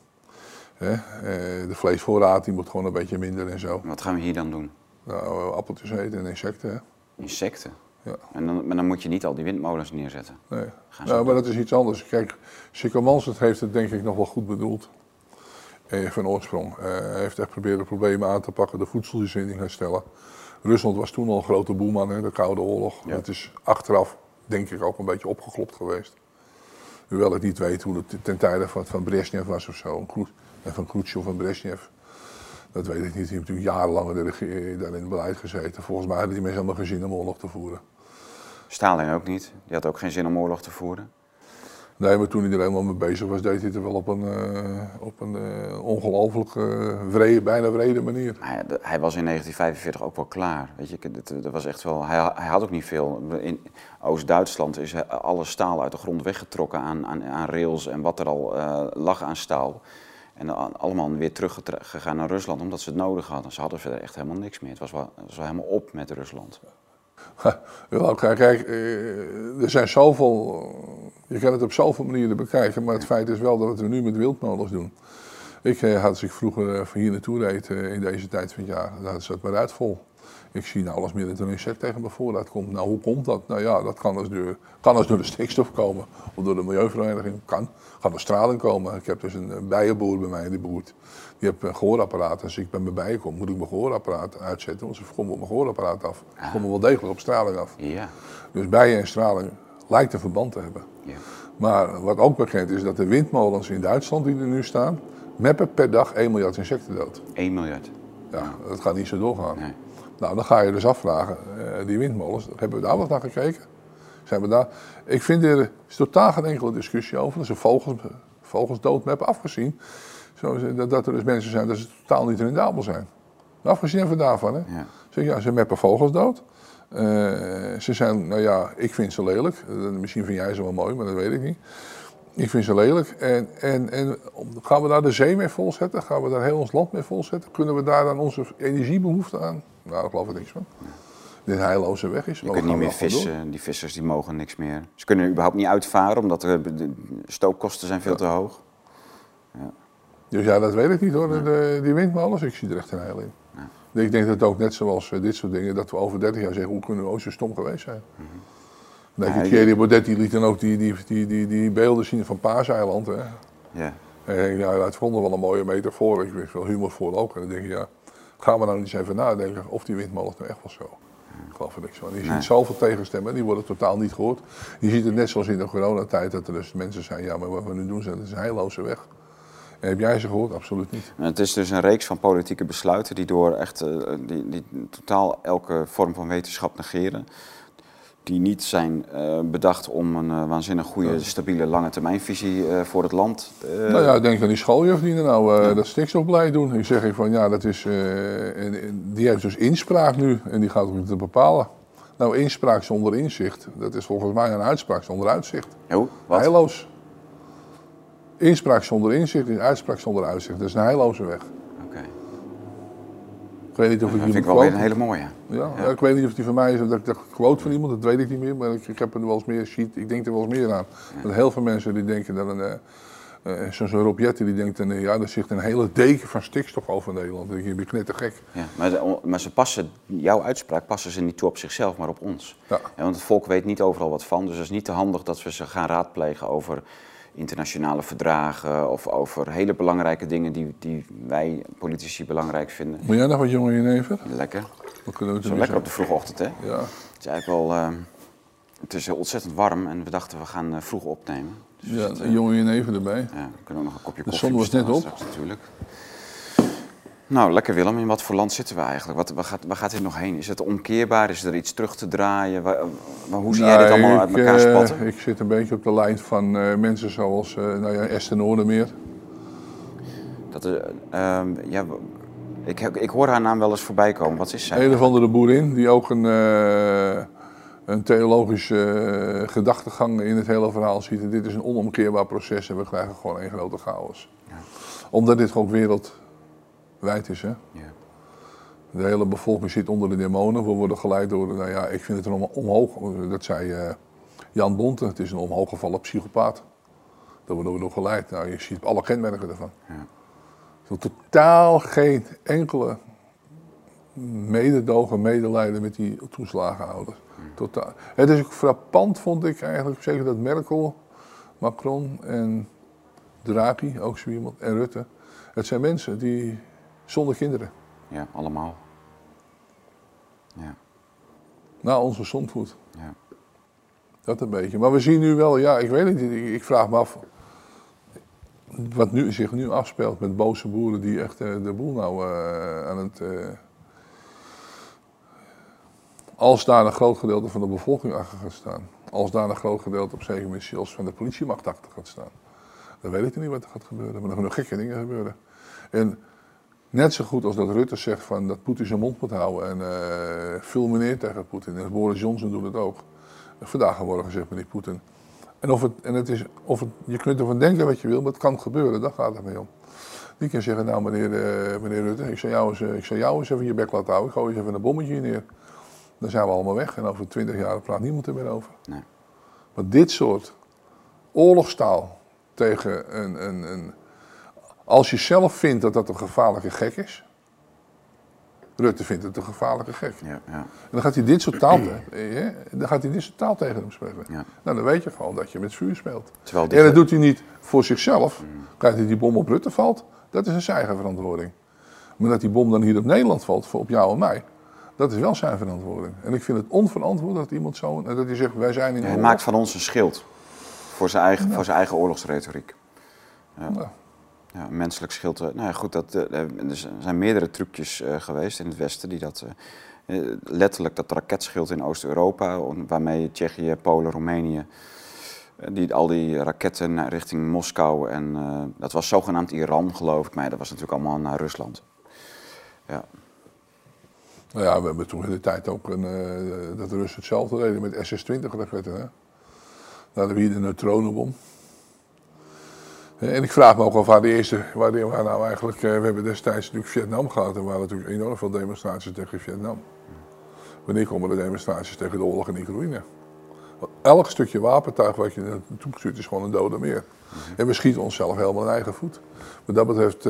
De vleesvoorraad die moet gewoon een beetje minder en zo. Wat gaan we hier dan doen? Nou, appeltjes eten en insecten. Hè? Insecten? Ja. Maar dan moet je niet al die windmolens neerzetten. Nee, maar dat is iets anders. Kijk, Siggo Mansholt heeft het denk ik nog wel goed bedoeld. Van oorsprong. Hij heeft echt proberen de problemen aan te pakken, de voedselvoorziening herstellen. Rusland was toen al een grote boeman, de Koude Oorlog. Ja. Het is achteraf denk ik ook een beetje opgeklopt geweest. Hoewel ik niet weet hoe het ten tijde van Brezhnev was of zo. En van Khrushchev en Brezhnev. Dat weet ik niet. Die hebben natuurlijk jarenlang daar in het beleid gezeten. Volgens mij hadden die mensen helemaal geen zin om oorlog te voeren. Stalin ook niet. Die had ook geen zin om oorlog te voeren. Nee, maar toen hij er helemaal mee bezig was, deed hij het wel op een ongelooflijk bijna wrede manier. Hij was in 1945 ook wel klaar. Weet je, dat was echt wel, hij had ook niet veel. In Oost-Duitsland is alle staal uit de grond weggetrokken aan rails en wat er al lag aan staal. En allemaal weer teruggegaan naar Rusland omdat ze het nodig hadden. Ze hadden verder echt helemaal niks meer. Het was wel helemaal op met Rusland. Kijk, er zijn zoveel, je kan het op zoveel manieren bekijken, maar het feit is wel dat we nu met wildmolens doen. Als ik vroeger hier naartoe reed in deze tijd van het jaar, dan zat mijn ruit vol. Ik zie nou alles meer dat er een insect tegen mijn voorraad komt. Nou, hoe komt dat? Nou ja, dat kan dus door de stikstof komen. Of door de milieuvereniging. Kan door straling komen. Ik heb dus een bijenboer bij mij, die boert. Die heeft een gehoorapparaat. Als ik bij mijn bijen kom, moet ik mijn gehoorapparaat uitzetten. Want ze komen op mijn gehoorapparaat af. Ze komen wel degelijk op straling af. Ja. Dus bijen en straling lijkt een verband te hebben. Ja. Maar wat ook bekend is, dat de windmolens in Duitsland die er nu staan, meppen per dag 1 miljard insecten dood. 1 miljard. Ja, dat gaat niet zo doorgaan. Nee. Nou, dan ga je dus afvragen, die windmolens, hebben we daar wat naar gekeken? Zijn we daar? Ik vind er is totaal geen enkele discussie over. Dat ze vogels doodmappen, afgezien. Dat er dus mensen zijn dat ze totaal niet rendabel zijn. Afgezien even daarvan, hè. Ja. Zeg, ja, ze mappen vogels dood. Ze zijn, nou ja, ik vind ze lelijk. Misschien vind jij ze wel mooi, maar dat weet ik niet. Ik vind ze lelijk. En gaan we daar de zee mee volzetten? Gaan we daar heel ons land mee volzetten? Kunnen we daar dan onze energiebehoefte aan? Nou, daar geloof ik niks van. Dit heilloze weg is. Je kunt niet meer vissen, die vissers die mogen niks meer. Ze kunnen überhaupt niet uitvaren, omdat de stookkosten zijn veel te hoog. Ja. Dus ja, dat weet ik niet hoor, die windmolens. Ik zie er echt een heil in. Ja. Ik denk dat ook net zoals dit soort dingen, dat we over 30 jaar zeggen, hoe kunnen we ooit zo stom geweest zijn? Thierry Baudet die liet dan ook die beelden zien van Paaseiland. Hè? Ja. En ja, dat vond wel een mooie metafoor. Ik weet wel humor voor ook. En dan denk je, ja, gaan we nou niet eens even nadenken of die windmolens nou echt wel zo. Ik geloof er niks van. Je ziet zoveel tegenstemmen, die worden totaal niet gehoord. Je ziet het net zoals in de coronatijd, dat er dus mensen zijn, ja, maar wat we nu doen, dat is een heilloze weg. En heb jij ze gehoord? Absoluut niet. En het is dus een reeks van politieke besluiten die door echt die totaal elke vorm van wetenschap negeren. Die niet zijn bedacht om een waanzinnig goede, stabiele, lange termijnvisie voor het land. Nou ja, denk aan die schooljuf die er nou dat stikstofbeleid doen. Ik zeg van ja, dat is, die heeft dus inspraak nu en die gaat het bepalen. Nou, inspraak zonder inzicht, dat is volgens mij een uitspraak zonder uitzicht. Oh, wat? Heilloos. Inspraak zonder inzicht is uitspraak zonder uitzicht. Dat is een heilloze weg. Oké. Ik weet niet of ik dat vind ik wel weer een hele mooie. Ja. Ik weet niet of die van mij is, dat ik quote van iemand, dat weet ik niet meer. Maar ik heb er wel eens meer, ik denk er wel eens meer aan. Ja. Dat heel veel mensen die denken dat zo'n Rob Jetten, die denkt, ja, er zit een hele deken van stikstof over Nederland. Dan ben je knettergek. Ja, maar jouw uitspraak passen ze niet toe op zichzelf, maar op ons. Ja. Ja, want het volk weet niet overal wat van, dus het is niet te handig dat we ze gaan raadplegen over internationale verdragen of over hele belangrijke dingen die wij politici belangrijk vinden. Moet jij nog wat jonge jenever? Lekker. Wat kunnen we zo lekker op de vroege ochtend, hè? Ja. Het is eigenlijk wel, het is ontzettend warm en we dachten we gaan vroeg opnemen. Dus ja, een jonge jenever erbij. Ja, we kunnen ook nog een kopje koffie. De zon was net op. Straks, natuurlijk. Nou, lekker Willem. In wat voor land zitten we eigenlijk? Waar gaat dit nog heen? Is het omkeerbaar? Is er iets terug te draaien? Hoe zie jij dit allemaal uit elkaar spatten? Ik zit een beetje op de lijn van mensen zoals Esther Noordermeer. Ik hoor haar naam wel eens voorbij komen. Wat is zij? Een of andere boerin die ook een theologische gedachtegang in het hele verhaal ziet. En dit is een onomkeerbaar proces en we krijgen gewoon één grote chaos. Ja. Omdat dit ook wereldwijd is, hè? Ja. De hele bevolking zit onder de demonen. We worden geleid door, nou ja, ik vind het een omhoog. Dat zei Jan Bonte, het is een omhooggevallen psychopaat. Daar worden we door geleid. Nou, je ziet alle kenmerken ervan. Ja. Er is totaal geen enkele mededogen, medelijden met die toeslagenhouders. Totaal. Het is ook frappant, vond ik eigenlijk, zeker dat Merkel, Macron en Draghi, ook zo iemand, en Rutte. Het zijn mensen die zonder kinderen. Ja, allemaal. Ja. Na onze zondvoet. Ja. Dat een beetje. Maar we zien nu wel, ja, ik weet het niet, ik vraag me af wat zich nu afspeelt met boze boeren die echt de boel nou aan het Als daar een groot gedeelte van de bevolking achter gaat staan, als daar een groot gedeelte op zeker moment zelfs van de politiemacht achter gaat staan, dan weet ik niet wat er gaat gebeuren. Maar er gaan nog gekke dingen gebeuren. En net zo goed als dat Rutte zegt van dat Poetin zijn mond moet houden en fulmineert tegen Poetin. En Boris Johnson doet het ook. Vandaag en morgen zegt meneer Poetin. Je kunt ervan denken wat je wil, maar het kan gebeuren, daar gaat het mee om. Die kan zeggen, nou meneer Rutte, ik zal jou eens even je bek laten houden, ik gooi eens even een bommetje hier neer. Dan zijn we allemaal weg en over 20 jaar praat niemand er meer over. Nee. Maar dit soort oorlogstaal tegen als je zelf vindt dat dat een gevaarlijke gek is. Rutte vindt het een gevaarlijke gek. Ja. En dan gaat hij dit soort taal, tegen hem spreken. Ja. Nou, dan weet je gewoon dat je met vuur speelt. En dat doet hij niet voor zichzelf. Kijk, dat die bom op Rutte valt, dat is zijn eigen verantwoording. Maar dat die bom dan hier op Nederland valt, op jou en mij, dat is wel zijn verantwoording. En ik vind het onverantwoord dat iemand zo, dat hij zegt, wij zijn in de Hij maakt van ons een schild voor zijn eigen oorlogsretoriek. Ja. Ja, een menselijk schild. Nou ja, goed, er zijn meerdere trucjes geweest in het Westen die dat letterlijk dat raketschild in Oost-Europa, waarmee Tsjechië, Polen, Roemenië, al die raketten richting Moskou en dat was zogenaamd Iran, geloof ik, maar dat was natuurlijk allemaal naar Rusland. Ja. Nou ja, we hebben toen in de tijd ook dat de Russen hetzelfde deden met SS-20 raketten. Hè? Dan hebben we hier de neutronenbom. En ik vraag me ook af waar nou eigenlijk, we hebben destijds natuurlijk Vietnam gehad en er waren natuurlijk enorm veel demonstraties tegen Vietnam. Wanneer komen de demonstraties tegen de oorlog in Oekraïne? Elk stukje wapentuig wat je naartoe stuurt is gewoon een dode meer. En we schieten onszelf helemaal in eigen voet. Wat dat betreft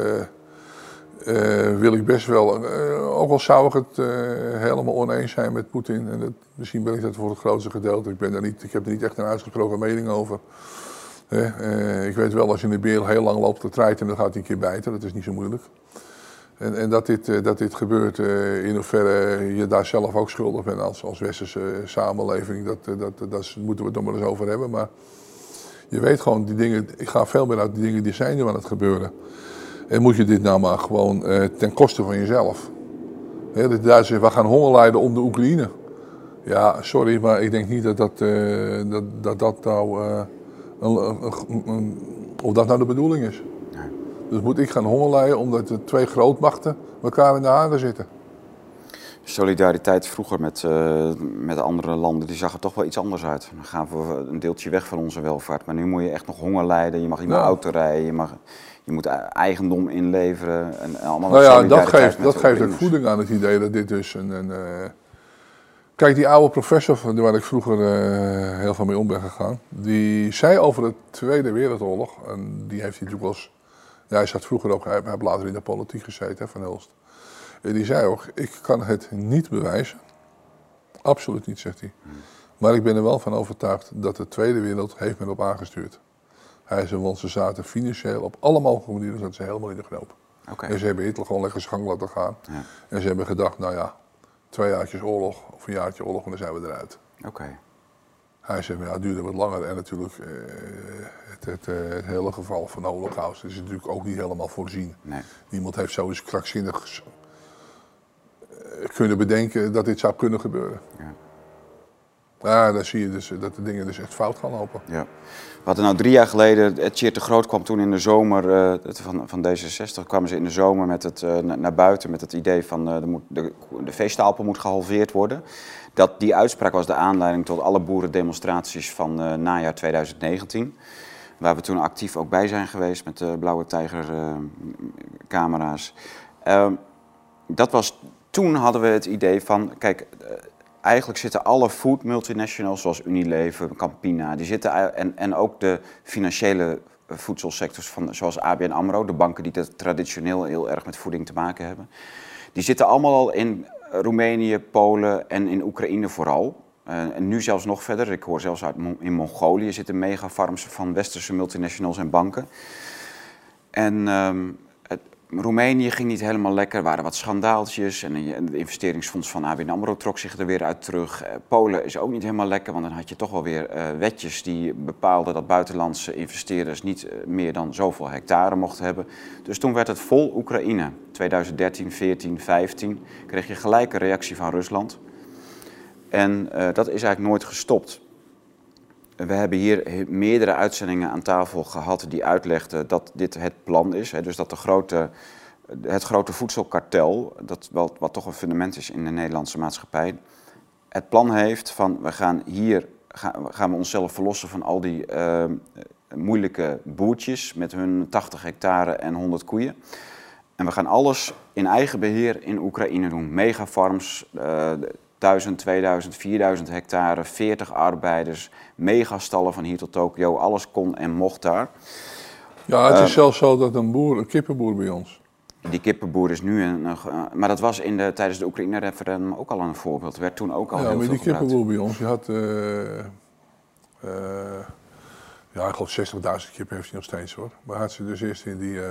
wil ik best wel, ook al zou ik het helemaal oneens zijn met Poetin, en misschien ben ik dat voor het grootste gedeelte, ik heb er niet echt een uitgesproken mening over. Ik weet wel, als je in de beer heel lang loopt te treiten, dan gaat hij een keer bijten, dat is niet zo moeilijk. En dat dit gebeurt, in hoeverre je daar zelf ook schuldig bent als westerse samenleving, dat moeten we het nog maar eens over hebben. Maar je weet gewoon, die dingen, ik ga veel meer uit die dingen die zijn nu aan het gebeuren. En moet je dit nou maar gewoon ten koste van jezelf. De Duitsers, we gaan honger lijden om de Oekraïne. Ja, sorry, maar ik denk niet dat nou... of dat nou de bedoeling is. Nee. Dus moet ik gaan honger lijden omdat de twee grootmachten elkaar in de haren zitten. Solidariteit vroeger met andere landen, die zag er toch wel iets anders uit. Dan gaan we een deeltje weg van onze welvaart. Maar nu moet je echt nog honger lijden, je mag niet meer auto rijden, je moet eigendom inleveren. En allemaal nou ja, dat geeft ook voeding aan het idee dat dit dus Kijk, die oude professor waar ik vroeger heel veel mee om ben gegaan, die zei over de Tweede Wereldoorlog, en die heeft hij natuurlijk wel eens, ja, hij zat vroeger ook, hij heeft later in de politiek gezeten, Van Hulst. Die zei ook, ik kan het niet bewijzen, absoluut niet, zegt hij. Maar ik ben er wel van overtuigd dat de Tweede Wereld heeft men op aangestuurd. Hij zei, want ze zaten financieel op alle mogelijke manieren, zaten ze helemaal in de knoop. Okay. En ze hebben Hitler gewoon lekker zijn gang laten gaan. Ja. En ze hebben gedacht, nou ja, 2 jaartjes oorlog of een jaartje oorlog en dan zijn we eruit. Okay. Hij zei, ja, het duurde wat langer en natuurlijk het hele geval van de Holocaust is natuurlijk ook niet helemaal voorzien. Nee. Niemand heeft zo eens krankzinnig kunnen bedenken dat dit zou kunnen gebeuren. Ja. Ja, dan zie je dus dat de dingen dus echt fout gaan lopen. Ja. We hadden nou 3 jaar geleden, Tjeerd de Groot kwam toen in de zomer van D66, kwamen ze in de zomer met naar buiten met het idee van de veestapel moet gehalveerd worden. Die uitspraak was de aanleiding tot alle boerendemonstraties van najaar 2019. Waar we toen actief ook bij zijn geweest met de Blauwe Tijger camera's. Toen hadden we het idee van, kijk, eigenlijk zitten alle food multinationals zoals Unilever, Campina, die zitten en ook de financiële voedselsectors zoals ABN AMRO, de banken die traditioneel heel erg met voeding te maken hebben. Die zitten allemaal al in Roemenië, Polen en in Oekraïne vooral. En nu zelfs nog verder, ik hoor zelfs in Mongolië zitten megafarms van westerse multinationals en banken. En Roemenië ging niet helemaal lekker, er waren wat schandaaltjes en het investeringsfonds van ABN AMRO trok zich er weer uit terug. Polen is ook niet helemaal lekker, want dan had je toch wel weer wetjes die bepaalden dat buitenlandse investeerders niet meer dan zoveel hectare mochten hebben. Dus toen werd het vol Oekraïne. 2013, 14, 15 kreeg je gelijk een reactie van Rusland. En dat is eigenlijk nooit gestopt. We hebben hier meerdere uitzendingen aan tafel gehad die uitlegden dat dit het plan is. Hè, dus dat het grote voedselkartel, wat toch een fundament is in de Nederlandse maatschappij, het plan heeft van gaan we onszelf verlossen van al die moeilijke boertjes met hun 80 hectare en 100 koeien. En we gaan alles in eigen beheer in Oekraïne doen. Megafarms, 1000, 2000, 4000 hectare, 40 arbeiders, megastallen van hier tot Tokio. Alles kon en mocht daar. Ja, het is zelfs zo dat een kippenboer bij ons. Die kippenboer is nu maar dat was tijdens de Oekraïne-referendum ook al een voorbeeld. Werd toen ook al heel veel gebruikt. Ja, maar die kippenboer bij ons, die had... ik geloof 60.000 kippen heeft hij nog steeds hoor. Maar had ze dus eerst in die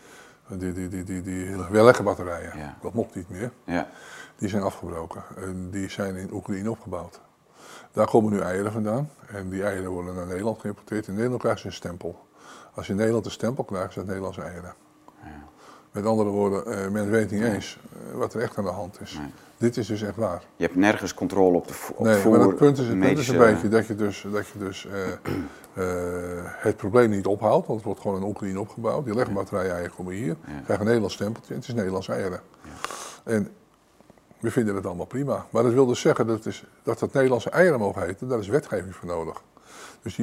weerleggerbatterijen. Ja. Dat mocht niet meer. Ja. Die zijn afgebroken. En die zijn in Oekraïne opgebouwd. Daar komen nu eieren vandaan. En die eieren worden naar Nederland geïmporteerd. In Nederland krijgen ze een stempel. Als je in Nederland een stempel krijgt, zijn het Nederlandse eieren. Ja. Met andere woorden, men weet niet eens wat er echt aan de hand is. Nee. Dit is dus echt waar. Je hebt nergens controle op de voer. Nee, maar het punt is een beetje dat je dus het probleem niet ophoudt. Want het wordt gewoon in Oekraïne opgebouwd. Die legbatterij-eieren komen hier. Krijgen een Nederlands stempeltje. Het is Nederlandse eieren. Ja. En we vinden het allemaal prima. Maar dat wil dus zeggen dat het Nederlandse eieren mogen heten. Daar is wetgeving voor nodig. Dus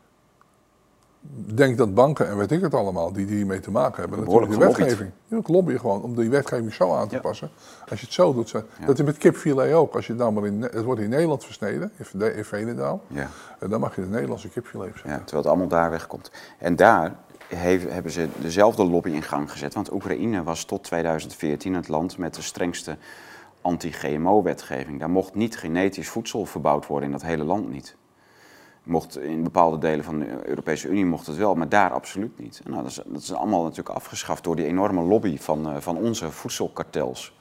denk dat banken en weet ik het allemaal, die hiermee te maken hebben, natuurlijk de wetgeving. Je moet lobbyen gewoon om die wetgeving zo aan te passen. Als je het zo doet, dat is met kipfilet ook. Als je het nou maar het wordt in Nederland versneden, in Veenendaal, dan mag je de Nederlandse kipfilet zetten. Ja, terwijl het allemaal daar wegkomt. En daar hebben ze dezelfde lobby in gang gezet, want Oekraïne was tot 2014 het land met de strengste anti-GMO-wetgeving. Daar mocht niet genetisch voedsel verbouwd worden in dat hele land niet. In bepaalde delen van de Europese Unie mocht het wel, maar daar absoluut niet. En dat is allemaal natuurlijk afgeschaft door die enorme lobby van onze voedselkartels.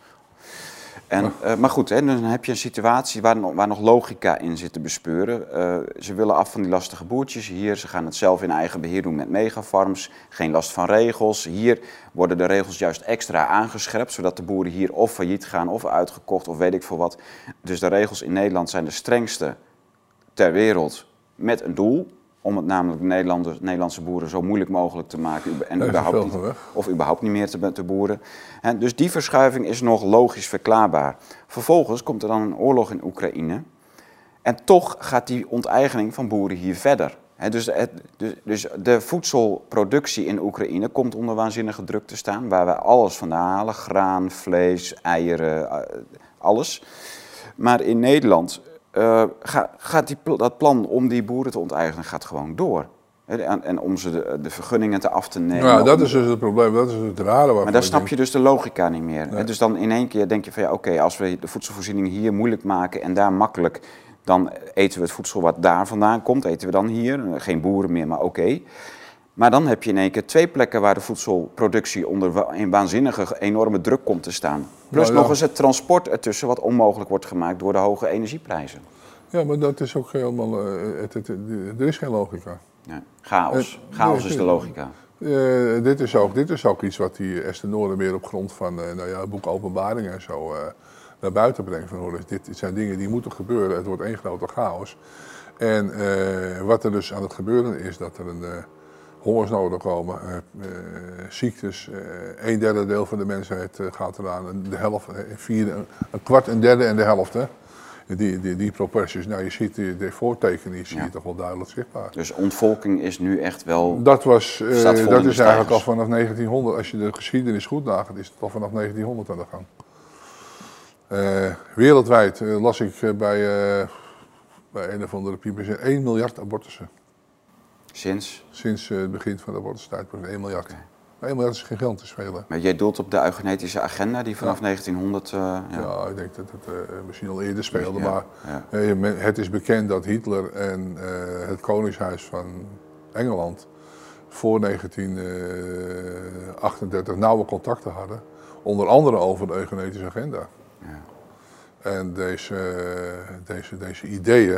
Maar goed, dan heb je een situatie waar nog logica in zit te bespeuren. Ze willen af van die lastige boertjes hier. Ze gaan het zelf in eigen beheer doen met megafarms. Geen last van regels. Hier worden de regels juist extra aangescherpt, zodat de boeren hier of failliet gaan of uitgekocht of weet ik veel wat. Dus de regels in Nederland zijn de strengste ter wereld. Met een doel, om het namelijk de Nederlandse boeren zo moeilijk mogelijk te maken en überhaupt niet meer te boeren. Dus die verschuiving is nog logisch verklaarbaar. Vervolgens komt er dan een oorlog in Oekraïne en toch gaat die onteigening van boeren hier verder. Dus de voedselproductie in Oekraïne komt onder waanzinnige druk te staan, waar we alles vandaan halen, graan, vlees, eieren, alles. Maar in Nederland gaat dat plan om die boeren te onteigenen gaat gewoon door. En om ze de vergunningen af te nemen. Ja, dat is dus het probleem, dat is het rare. Maar daar snap je dus de logica niet meer. Nee. Dus dan in één keer denk je van oké, als we de voedselvoorziening hier moeilijk maken en daar makkelijk, dan eten we het voedsel wat daar vandaan komt, eten we dan hier. Geen boeren meer, maar oké. Maar dan heb je in één keer 2 plekken waar de voedselproductie onder een waanzinnige, enorme druk komt te staan. Plus nog eens het transport ertussen wat onmogelijk wordt gemaakt door de hoge energieprijzen. Ja, maar dat is ook helemaal, er is geen logica. Ja, chaos. Chaos is de logica. Dit is ook iets wat die Esther Noordermeer op grond van het boek Openbaringen en zo naar buiten brengt. Dit zijn dingen die moeten gebeuren, het wordt één grote chaos. En wat er dus aan het gebeuren is, dat er een hongersnoden komen, ziektes, 1/3 deel van de mensheid gaat eraan, de helft, een kwart, een derde en de helft. Hè? Die proporties, je ziet de voortekenen, zie je toch wel duidelijk zichtbaar. Dus ontvolking is nu echt wel... Dat is eigenlijk al vanaf 1900, als je de geschiedenis goed nagaat, is het al vanaf 1900 aan de gang. Wereldwijd las ik bij een of andere pieper 1 miljard abortussen. Sinds? Sinds het begin van de abortustijdperk, 1 miljard. Okay. 1 miljard is gigantisch veel. Maar jij doelt op de eugenetische agenda die vanaf 1900... Ja, ik denk dat het misschien al eerder speelde, maar het is bekend dat Hitler en het Koningshuis van Engeland voor 1938 nauwe contacten hadden. Onder andere over de eugenetische agenda. Ja. En deze ideeën,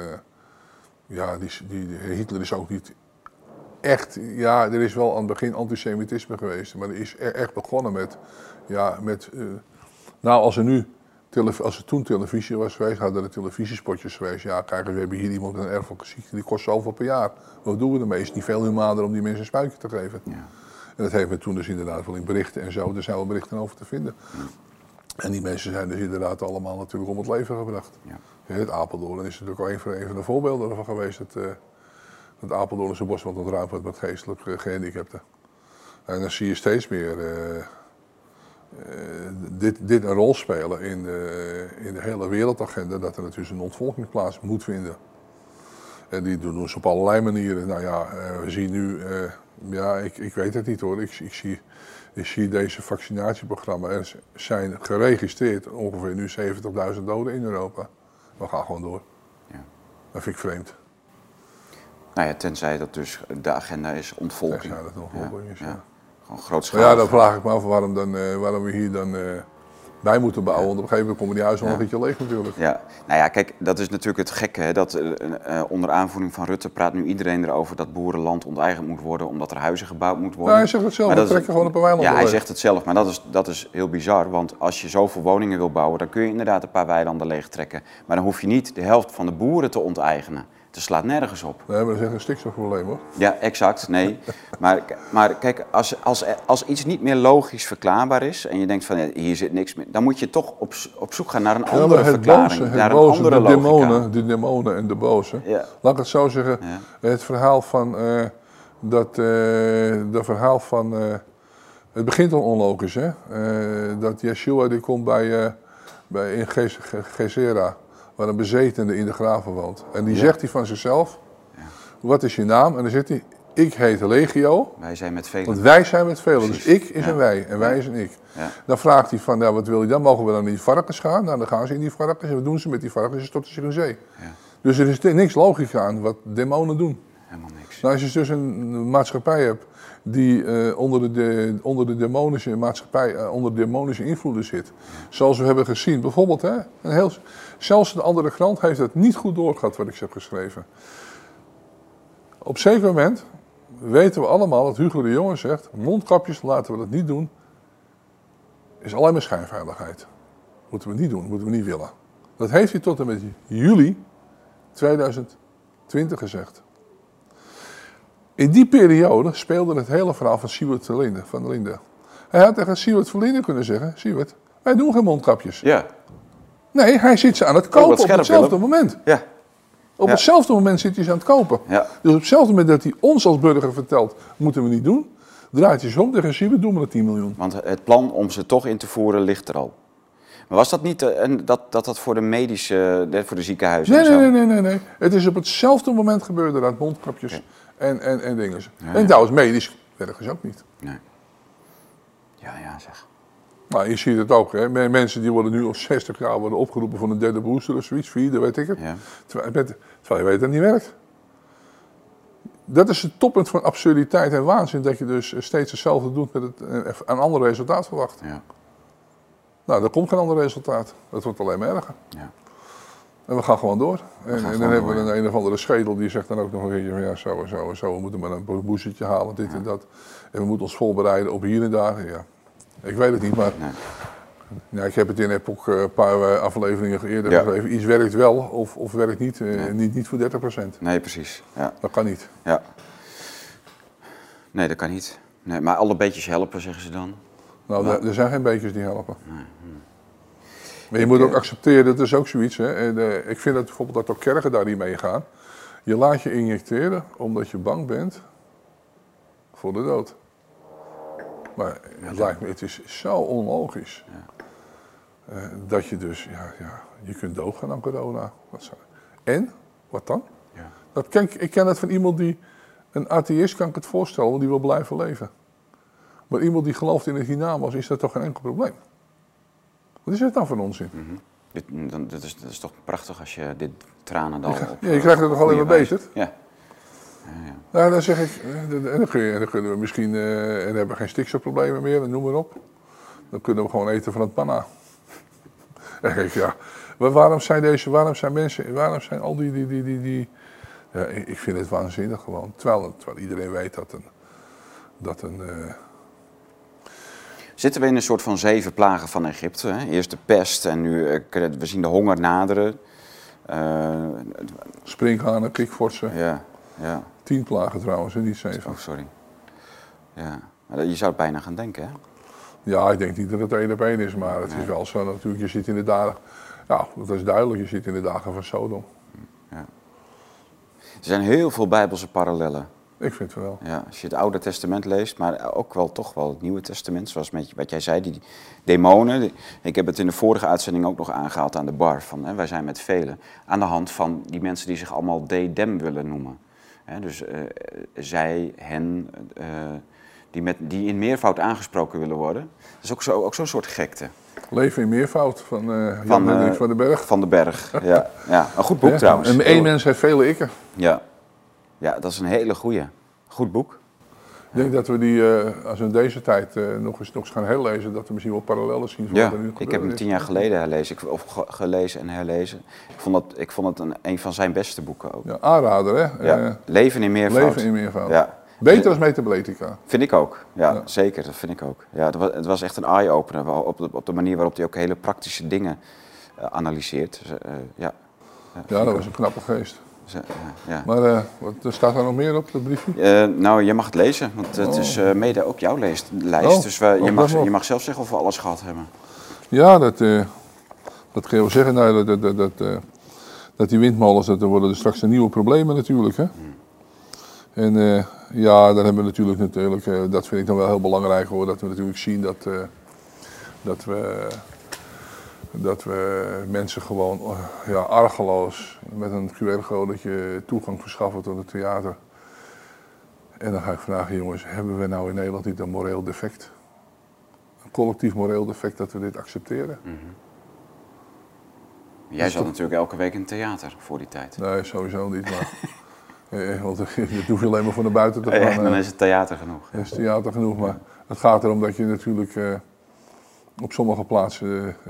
Hitler is ook niet echt, er is wel aan het begin antisemitisme geweest, maar er is echt begonnen met als er nu Als er toen televisie was geweest, hadden er televisiespotjes geweest. Ja, kijk, we hebben hier iemand met een erfelijke ziekte, die kost zoveel per jaar. Wat doen we ermee? Is het niet veel humaner om die mensen een spuitje te geven? Ja. En dat heeft men toen dus inderdaad wel in berichten en zo. Er zijn wel berichten over te vinden. Ja. En die mensen zijn dus inderdaad allemaal natuurlijk om het leven gebracht. Ja. Het Apeldoorn is natuurlijk al een van de voorbeelden ervan geweest. Het Apeldoornse bos wat ontruimd wordt met geestelijk gehandicapten. En dan zie je steeds meer dit een rol spelen in de hele wereldagenda. Dat er natuurlijk een ontvolking plaats moet vinden. En die doen ze op allerlei manieren. Nou ja, we zien nu, ja, ik weet het niet hoor. Ik zie deze vaccinatieprogramma. Er zijn geregistreerd ongeveer nu 70.000 doden in Europa. We gaan gewoon door. Ja. Dat vind ik vreemd. Nou ja, tenzij dat dus de agenda is ontvolking. Tenzij dat ontvolking is, ja. Gewoon grootschalig. Ja, dan vraag ik me af waarom we hier dan bij moeten bouwen. Want op een gegeven moment komen die huizen nog een beetje leeg natuurlijk. Ja, nou ja, kijk, dat is natuurlijk het gekke. Hè, dat onder aanvoering van Rutte praat nu iedereen erover dat boerenland onteigend moet worden omdat er huizen gebouwd moeten worden. Ja, hij zegt het zelf, we trekken gewoon op een weiland. Ja, hij zegt het zelf, maar dat is heel bizar. Want als je zoveel woningen wil bouwen, dan kun je inderdaad een paar weilanden leeg trekken. Maar dan hoef je niet de helft van de boeren te onteigenen. Het slaat nergens op. Nee, maar dat is echt een stikstofprobleem hoor. Ja, exact. Nee. Maar kijk, als iets niet meer logisch verklaarbaar is en je denkt van hier zit niks meer, dan moet je toch op zoek gaan naar een andere verklaring. Naar een andere logica. De demonen en de boze. Ja. Laat ik het zo zeggen. Ja. Het verhaal van het begint al onlogisch hè. Dat Yeshua die komt in Gezera. Waar een bezetene in de graven woont. En die zegt hij van zichzelf, wat is je naam? En dan zegt hij, ik heet Legio. Wij zijn met velen. Want wij zijn met velen. Dus ik is een wij en wij is een ik. Ja. Dan vraagt hij van, wat wil je dan? Mogen we dan in die varkens gaan? Nou, dan gaan ze in die varkens. En wat doen ze met die varkens? Ze storten zich in zee. Ja. Dus er is niks logisch aan wat demonen doen. Helemaal niks. Nou, als je dus een maatschappij hebt die onder de demonische maatschappij, onder demonische invloeden zit. Zoals we hebben gezien. Bijvoorbeeld, zelfs de andere krant heeft het niet goed doorgehad wat ik heb geschreven. Op een zeker moment weten we allemaal dat Hugo de Jonge zegt, mondkapjes laten we dat niet doen. Is alleen maar schijnveiligheid. Moeten we niet doen, moeten we niet willen. Dat heeft hij tot en met juli 2020 gezegd. In die periode speelde het hele verhaal van Siewert van der Linde. Hij had tegen Siewert van der Linde kunnen zeggen, Siewert, wij doen geen mondkapjes. Ja. Nee, hij zit ze aan het kopen op hetzelfde moment. Ja. Op hetzelfde moment zit hij ze aan het kopen. Ja. Dus op hetzelfde moment dat hij ons als burger vertelt, moeten we niet doen, draait hij zich om tegen Siewert, doen we dat 10 miljoen. Want het plan om ze toch in te voeren ligt er al. Maar was dat niet dat voor de medische, voor de ziekenhuizen? Nee. Het is op hetzelfde moment gebeurd uit mondkapjes en dingen. Ja. En trouwens, medisch werken ze ook niet. Nee. Ja, zeg. Nou, je ziet het ook, hè. Mensen die worden nu al 60 jaar worden opgeroepen voor een derde booster of zoiets, 4e, weet ik het. Ja. Terwijl je weet dat het niet werkt. Dat is het toppunt van absurditeit en waanzin, dat je dus steeds hetzelfde doet met een ander resultaat verwacht. Ja. Nou, er komt geen ander resultaat. Het wordt alleen maar erger. Ja. En we gaan gewoon door. En dan hebben we een of andere schedel die zegt dan ook nog een keer, ja, zo, we moeten maar een boezetje halen, dit en dat. En we moeten ons voorbereiden op hier en daar. Ja. Ik weet het niet, maar ja, ik heb het in een paar afleveringen eerder geschreven. Iets werkt wel of werkt niet, niet voor 30%. Nee, precies. Ja. Dat kan niet. Ja. Nee, dat kan niet. Nee, maar alle beetjes helpen, zeggen ze dan. Nou, er zijn geen beetjes die helpen. Nee. Maar je moet ook accepteren, dat is ook zoiets. Hè. Ik vind dat bijvoorbeeld dat ook kerken daar niet mee gaan. Je laat je injecteren omdat je bang bent voor de dood. Maar het is zo onlogisch. Ja. Dat je dus, je kunt doodgaan aan corona. En? Wat dan? Ja. Ik ken het van iemand die, een atheïst kan ik het voorstellen, want die wil blijven leven. Maar iemand die gelooft in het hiernamaals, is dat toch geen enkel probleem? Wat is het dan voor onzin? Mm-hmm. Dat is toch prachtig als je dit tranendal op... Ja, je krijgt het toch alleen maar beter? Ja. Nou, dan zeg ik, en dan kunnen we misschien, en dan hebben we geen stikstofproblemen meer, noem maar op. Dan kunnen we gewoon eten van het panna. En ik, maar waarom zijn al die ja, ik vind het waanzinnig gewoon. Terwijl iedereen weet dat een zitten we in een soort van 7 plagen van Egypte. Hè? Eerst de pest en nu we zien de honger naderen. Sprinkhanen, kikvorsen. Ja. 10 plagen trouwens, hè, niet 7. Oh, sorry. Ja, maar je zou het bijna gaan denken, hè? Ja, ik denk niet dat het 1 op 1 is, maar het is wel zo natuurlijk. Je zit in de dagen, ja, dat is duidelijk, je zit in de dagen van Sodom. Ja. Er zijn heel veel Bijbelse parallellen. Ik vind het wel. Ja, als je het Oude Testament leest, maar ook wel toch wel het Nieuwe Testament, zoals met wat jij zei, die demonen. Ik heb het in de vorige uitzending ook nog aangehaald aan de bar, van wij zijn met velen. Aan de hand van die mensen die zich allemaal dem willen noemen. Dus zij, hen, die in meervoud aangesproken willen worden. Dat is ook zo'n soort gekte. Leven in meervoud van Jan Hendrik van den Berg. Van den Berg, ja. Een goed boek trouwens. En één mens heeft vele ikken. Ja, dat is een hele goeie. Goed boek. Ik denk dat we die, als we in deze tijd nog eens gaan herlezen, dat we misschien wel parallellen zien van wat er nu gebeurt. Ik heb hem 10 jaar geleden gelezen en herlezen. Ik vond het een van zijn beste boeken ook. Ja, aanrader, hè? Ja. Leven in meervoud. Leven in meervoud. Ja. Beter als Metabletica. Vind ik ook, ja, zeker, dat vind ik ook. Ja, het was echt een eye-opener op de manier waarop hij ook hele praktische dingen analyseert. Dus, ja, dat was een knappe geest. Ja. Maar wat staat er nog meer op, dat briefje? Nou, je mag het lezen, want het is mede ook jouw lijst. Dus je mag zelf zeggen of we alles gehad hebben. Ja, dat kan je wel zeggen. Nou, dat die windmolens, dat er worden er straks nieuwe problemen natuurlijk. Hè? En ja, dan hebben we natuurlijk, dat vind ik dan wel heel belangrijk hoor, dat we natuurlijk zien dat we mensen gewoon argeloos met een QR-codetje toegang verschaffen tot het theater. En dan ga ik vragen, jongens, hebben we nou in Nederland niet een moreel defect? Een collectief moreel defect dat we dit accepteren? Jij zat natuurlijk elke week in het theater voor die tijd. Nee, sowieso niet, maar... want dat hoef je alleen maar voor naar buiten te gaan. Dan is het theater genoeg. Dan is het theater genoeg, maar het gaat erom dat je natuurlijk op sommige plaatsen,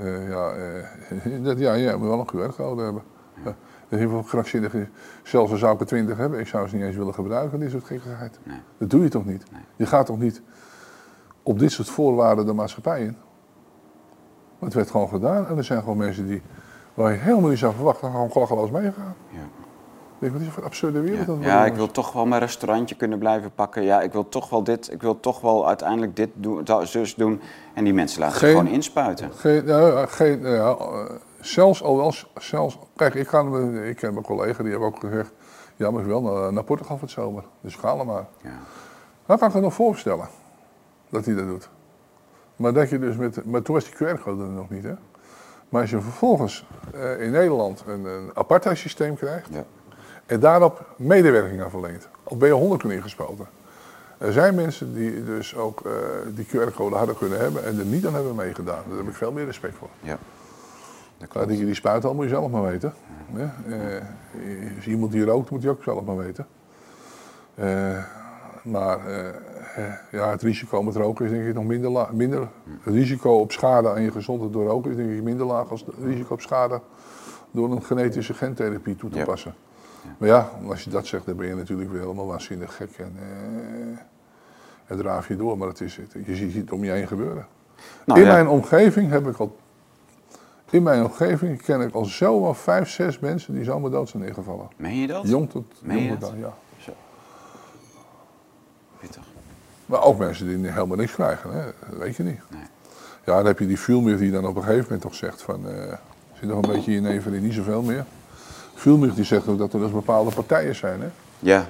je moet wel een QR-code hebben. Dat is heel veel krankzinnig. Zelfs al zou ik er 20 hebben, ik zou ze niet eens willen gebruiken, dit soort gekkigheid. Nee. Dat doe je toch niet? Nee. Je gaat toch niet op dit soort voorwaarden de maatschappij in? Maar het werd gewoon gedaan en er zijn gewoon mensen waar je helemaal niet zou verwachten, gewoon klakkeloos meegaan. Ja. Wat is voor een absurde wereld dat ik wil toch wel mijn restaurantje kunnen blijven pakken. Ja, ik wil toch wel dit, ik wil toch wel uiteindelijk dit doen, zus doen. En die mensen laten zich gewoon inspuiten. Kijk, ik ken mijn collega, die hebben ook gezegd, ja, maar ik wil naar Portugal voor het zomer. Dus ga allemaal. Ja. Dan kan ik me nog voorstellen dat hij dat doet. Maar dat je dus maar toen was die QR-code er nog niet, hè. Maar als je vervolgens in Nederland een apartheidssysteem krijgt, en daarop medewerking aan verleent, of ben je 100 ingespoten. Er zijn mensen die dus ook die QR-code hadden kunnen hebben en er niet aan hebben meegedaan. Daar heb ik veel meer respect voor. Ja. Die spuiten al moet je zelf maar weten. Ja. Als iemand die rookt, moet je ook zelf maar weten. Maar het risico met roken is denk ik nog minder. Het risico op schade aan je gezondheid door roken is denk ik minder laag als het risico op schade door een genetische gentherapie toe te passen. Ja. Maar ja, als je dat zegt, dan ben je natuurlijk weer helemaal waanzinnig gek en draaf je door. Maar dat is het. Je ziet het om je heen gebeuren. Nou, mijn omgeving ken ik al zomaar 5, 6 mensen die zomaar dood zijn ingevallen. Meen je dat? Jong tot oud, ja. Zo. Pittig. Maar ook mensen die helemaal niks krijgen, hè? Dat weet je niet. Nee. Ja, dan heb je die Vielmich die dan op een gegeven moment toch zegt van, zit nog een beetje in even niet zoveel meer. Vielmich die zegt ook dat er dus bepaalde partijen zijn, hè? Ja,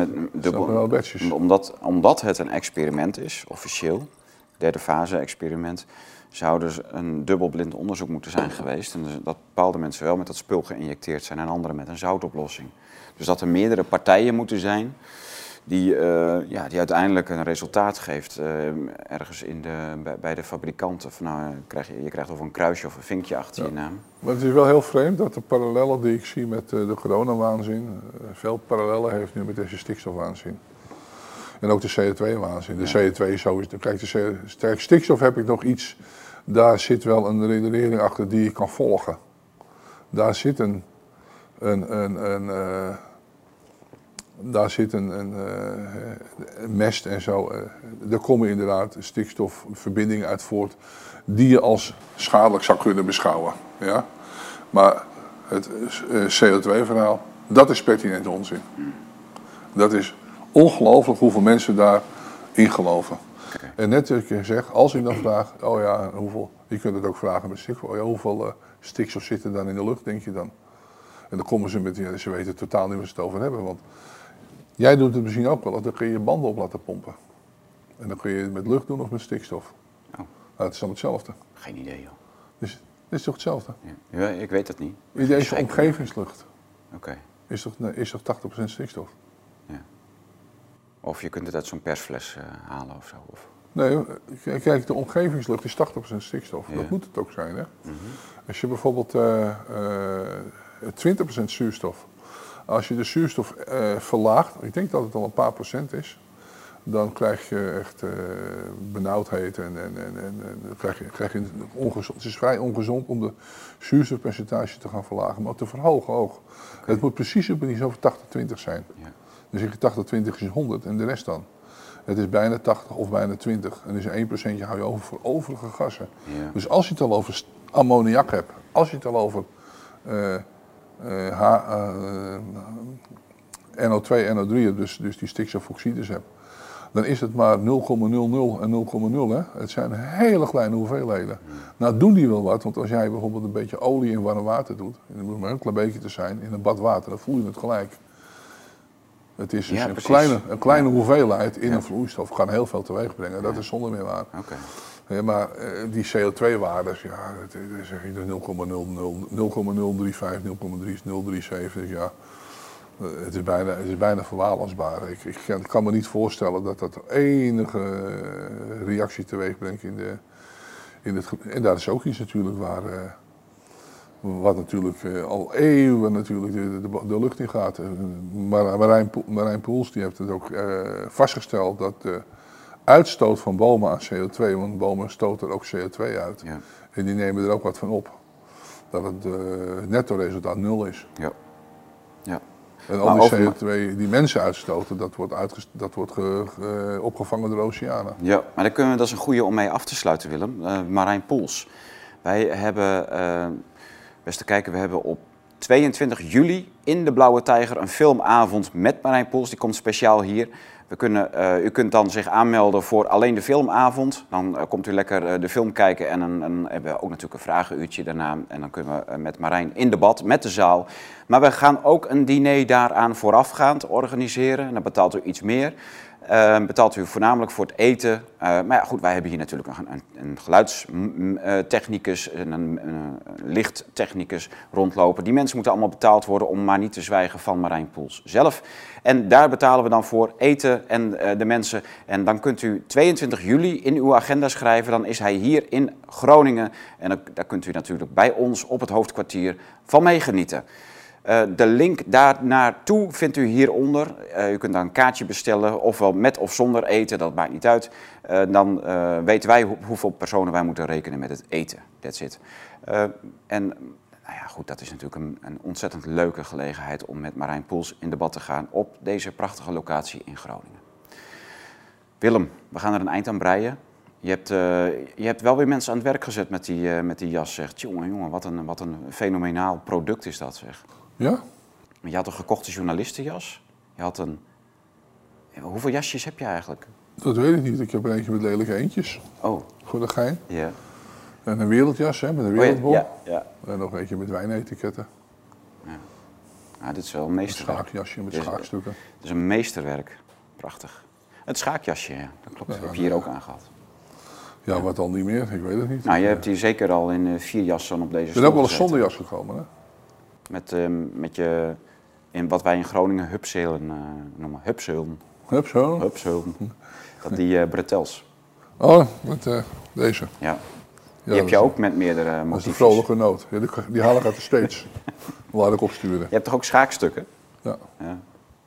omdat het een experiment is, officieel, derde fase experiment, zou dus een dubbelblind onderzoek moeten zijn geweest. En dus dat bepaalde mensen wel met dat spul geïnjecteerd zijn en anderen met een zoutoplossing. Dus dat er meerdere partijen moeten zijn die uiteindelijk een resultaat geeft ergens bij de fabrikanten. Van, je krijgt of een kruisje of een vinkje achter je naam. Maar het is wel heel vreemd dat de parallellen die ik zie met de coronawaanzin, veel parallellen heeft nu met deze stikstofwaanzin. En ook de CO2-waanzin. De CO2 is sowieso. Kijk, stikstof heb ik nog iets. Daar zit wel een redenering achter die ik kan volgen. Daar zit daar zit een mest en zo. Daar komen inderdaad stikstofverbindingen uit voort die je als schadelijk zou kunnen beschouwen. Ja? Maar het CO2-verhaal, dat is pertinent onzin. Dat is ongelooflijk hoeveel mensen daarin geloven. Okay. En net als ik zeg, als ik dan vraag, oh ja, hoeveel, je kunt het ook vragen met stikstof, oh ja, hoeveel stikstof zit er dan in de lucht, denk je dan? En dan komen ze met, ja, ze weten totaal niet waar ze het over hebben, want jij doet het misschien ook wel, dan kun je je banden op laten pompen. En dan kun je het met lucht doen of met stikstof. Oh. Nou, het is dan hetzelfde. Geen idee, joh. Dus het is toch hetzelfde? Ja, ik weet het niet. In deze omgevingslucht Okay. is toch 80% stikstof? Ja. Of je kunt het uit zo'n persfles halen of zo. Of... Nee, kijk, de omgevingslucht is 80% stikstof. Ja. Dat moet het ook zijn, hè? Mm-hmm. Als je bijvoorbeeld 20% zuurstof, als je de zuurstof verlaagt, ik denk dat het al een paar procent is, dan krijg je echt benauwdheid en dan krijg je ongezond. Het is vrij ongezond om de zuurstofpercentage te gaan verlagen, maar te verhogen ook. Okay. Het moet precies op een niveau van 80-20 zijn. Ja. Dan zeg je 80-20 is 100 en de rest dan. Het is bijna 80 of bijna 20 en dus 1% hou je over voor overige gassen. Ja. Dus als je het al over ammoniak hebt, als je het al over NO2, NO3, dus die stikstofoxides hebt, dan is het maar 0,00 en 0,0. Hè? Het zijn hele kleine hoeveelheden. Nou doen die wel wat, want als jij bijvoorbeeld een beetje olie in warm water doet, en dat moet maar een klein beetje te zijn, in een bad water, dan voel je het gelijk. Het is dus een kleine hoeveelheid in een vloeistof, kan heel veel teweeg brengen, dat is zonder meer waar. Okay. Ja, maar die CO2-waardes, ja, dat zeg je 0,035, 0,037, ja. Het is bijna verwaarloosbaar. Ik kan me niet voorstellen dat dat enige reactie teweeg brengt in het gebied. En daar is ook iets natuurlijk waar, wat natuurlijk al eeuwen natuurlijk de lucht in gaat. Marijn Poels die heeft het ook vastgesteld dat de uitstoot van bomen aan CO2, want bomen stoten ook CO2 uit. Ja. En die nemen er ook wat van op. Dat het netto resultaat 0 is. Ja. Ja. En al die CO2 die mensen uitstoten, dat wordt opgevangen door de oceanen. Ja, maar dat is een goede om mee af te sluiten, Willem. Marijn Poels. Wij hebben, beste kijker, we hebben op 22 juli in de Blauwe Tijger een filmavond met Marijn Poels. Die komt speciaal hier. U kunt dan zich aanmelden voor alleen de filmavond. Dan komt u lekker de film kijken en dan hebben we ook natuurlijk een vragenuurtje daarna. En dan kunnen we met Marijn in debat met de zaal. Maar we gaan ook een diner daaraan voorafgaand organiseren. En dan betaalt u iets meer. Betaalt u voornamelijk voor het eten. Maar ja, goed, wij hebben hier natuurlijk een geluidstechnicus en een lichttechnicus rondlopen. Die mensen moeten allemaal betaald worden om maar niet te zwijgen van Marijn Poels zelf. En daar betalen we dan voor eten en de mensen. En dan kunt u 22 juli in uw agenda schrijven. Dan is hij hier in Groningen. En daar kunt u natuurlijk bij ons op het hoofdkwartier van meegenieten. De link daar naartoe vindt u hieronder. U kunt daar een kaartje bestellen, ofwel met of zonder eten, dat maakt niet uit. Dan weten wij hoeveel personen wij moeten rekenen met het eten. That's it. En nou ja, goed, dat is natuurlijk een ontzettend leuke gelegenheid om met Marijn Poels in debat te gaan op deze prachtige locatie in Groningen. Willem, we gaan er een eind aan breien. Je hebt wel weer mensen aan het werk gezet met die jas, zegt. Jongen, wat een fenomenaal product is dat, zeg. Ja? Je had een gekochte journalistenjas. Je had een... Hoeveel jasjes heb je eigenlijk? Dat weet ik niet. Ik heb er eentje met lelijke eentjes. Oh. Voor de gein. Ja. En een wereldjas hè, met een wereldbol. Ja, ja. En nog eentje met wijnetiketten. Ja. Ah, dit is wel een meesterwerk. Een schaakjasje met schaakstukken. Het is een meesterwerk. Prachtig. Het schaakjasje, ja. Dat klopt. Dat heb je hier ook aan gehad. Ja, wat dan niet meer? Ik weet het niet. Nou, je hebt hier zeker al in 4 jassen op deze stoel. Je bent ook wel een zonder jas gekomen, hè? Met je, in wat wij in Groningen hupselen noemen. Hupselen. Hupselen? Hupselen. Dat die bretels. Oh, met deze. Ja. Die heb je ook met meerdere motiefjes. Dat is de vrolijke noot. Ja, die haal ik uit de States. Laat ik opsturen. Je hebt toch ook schaakstukken? Ja. Ja.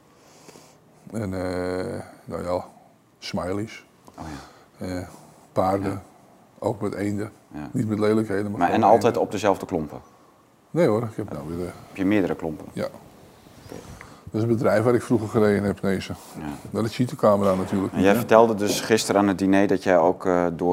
En, nou ja, smileys. Oh ja. Paarden. Ja. Ook met eenden. Ja. Niet met lelijkheden, maar en altijd op dezelfde klompen? Nee hoor, ik heb nou weer... Heb je meerdere klompen? Ja. Dat is het bedrijf waar ik vroeger gereden heb, Nezen. Ja. Dat is Citocamera natuurlijk. En jij vertelde dus gisteren aan het diner dat jij ook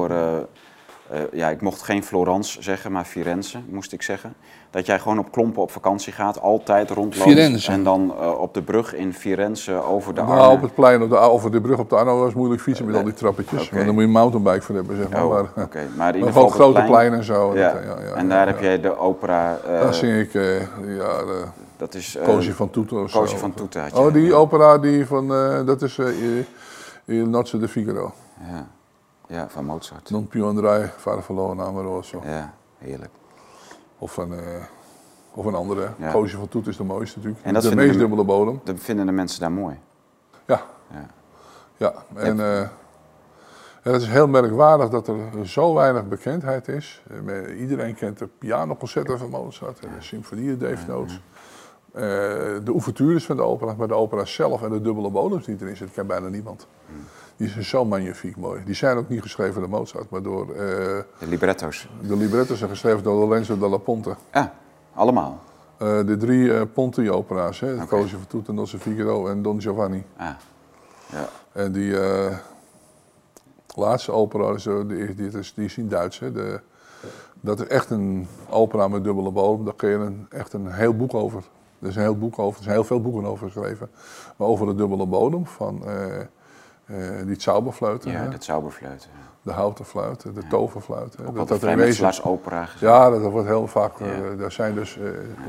ja, ik mocht geen Florence zeggen, maar Firenze moest ik zeggen. Dat jij gewoon op klompen op vakantie gaat, altijd rondloopt. Firenze. En dan op de brug in Firenze over de Arno. Nou, op het plein, over de brug op de Arno was moeilijk fietsen met al die trappetjes. Okay. Maar daar moet je een mountainbike voor hebben, zeg maar. Oh, maar in ieder geval grote plein en zo. Ja. En daar heb jij de opera. Daar zing ik, dat is Cosi fan tutte of zo. Cosi fan tutte had je. Oh, die opera die van, dat is Il Nozze di Figaro. Ja. Ja, van Mozart. Non più andrai fare verloren amoroso. Ja, heerlijk. Of een andere. Ja. Cosi fan tutte is de mooiste natuurlijk. En dat de meest dubbele bodem. Dat vinden de mensen daar mooi. Ja. Ja. En het is heel merkwaardig dat er zo weinig bekendheid is. Iedereen kent de pianoconcerten van Mozart en de symfonieën, Dave Notes. De ouvertures van de opera, maar de opera zelf en de dubbele bodems die erin zitten, kent bijna niemand. Die zijn zo magnifiek mooi. Die zijn ook niet geschreven door Mozart, maar door... de libretto's. De libretto's zijn geschreven door Lorenzo della Ponte. Ja, allemaal? De 3 Ponti-opera's, okay. Cosi fan tutte, Nozze Figaro en Don Giovanni. Ah, ja. En die laatste opera, die is in Duits. Hè. Dat is echt een opera met dubbele bodem. Daar kun je echt een heel boek over. Er is een heel boek over. Er zijn heel veel boeken over geschreven. Maar over de dubbele bodem van die Zauberfluit. Ja, de Zauberfluit. Ja. De houten fluit, de toverfluit. Ook dat vrijmetselaarsopera gezegd. Ja, dat wordt heel vaak. Daar zijn dus.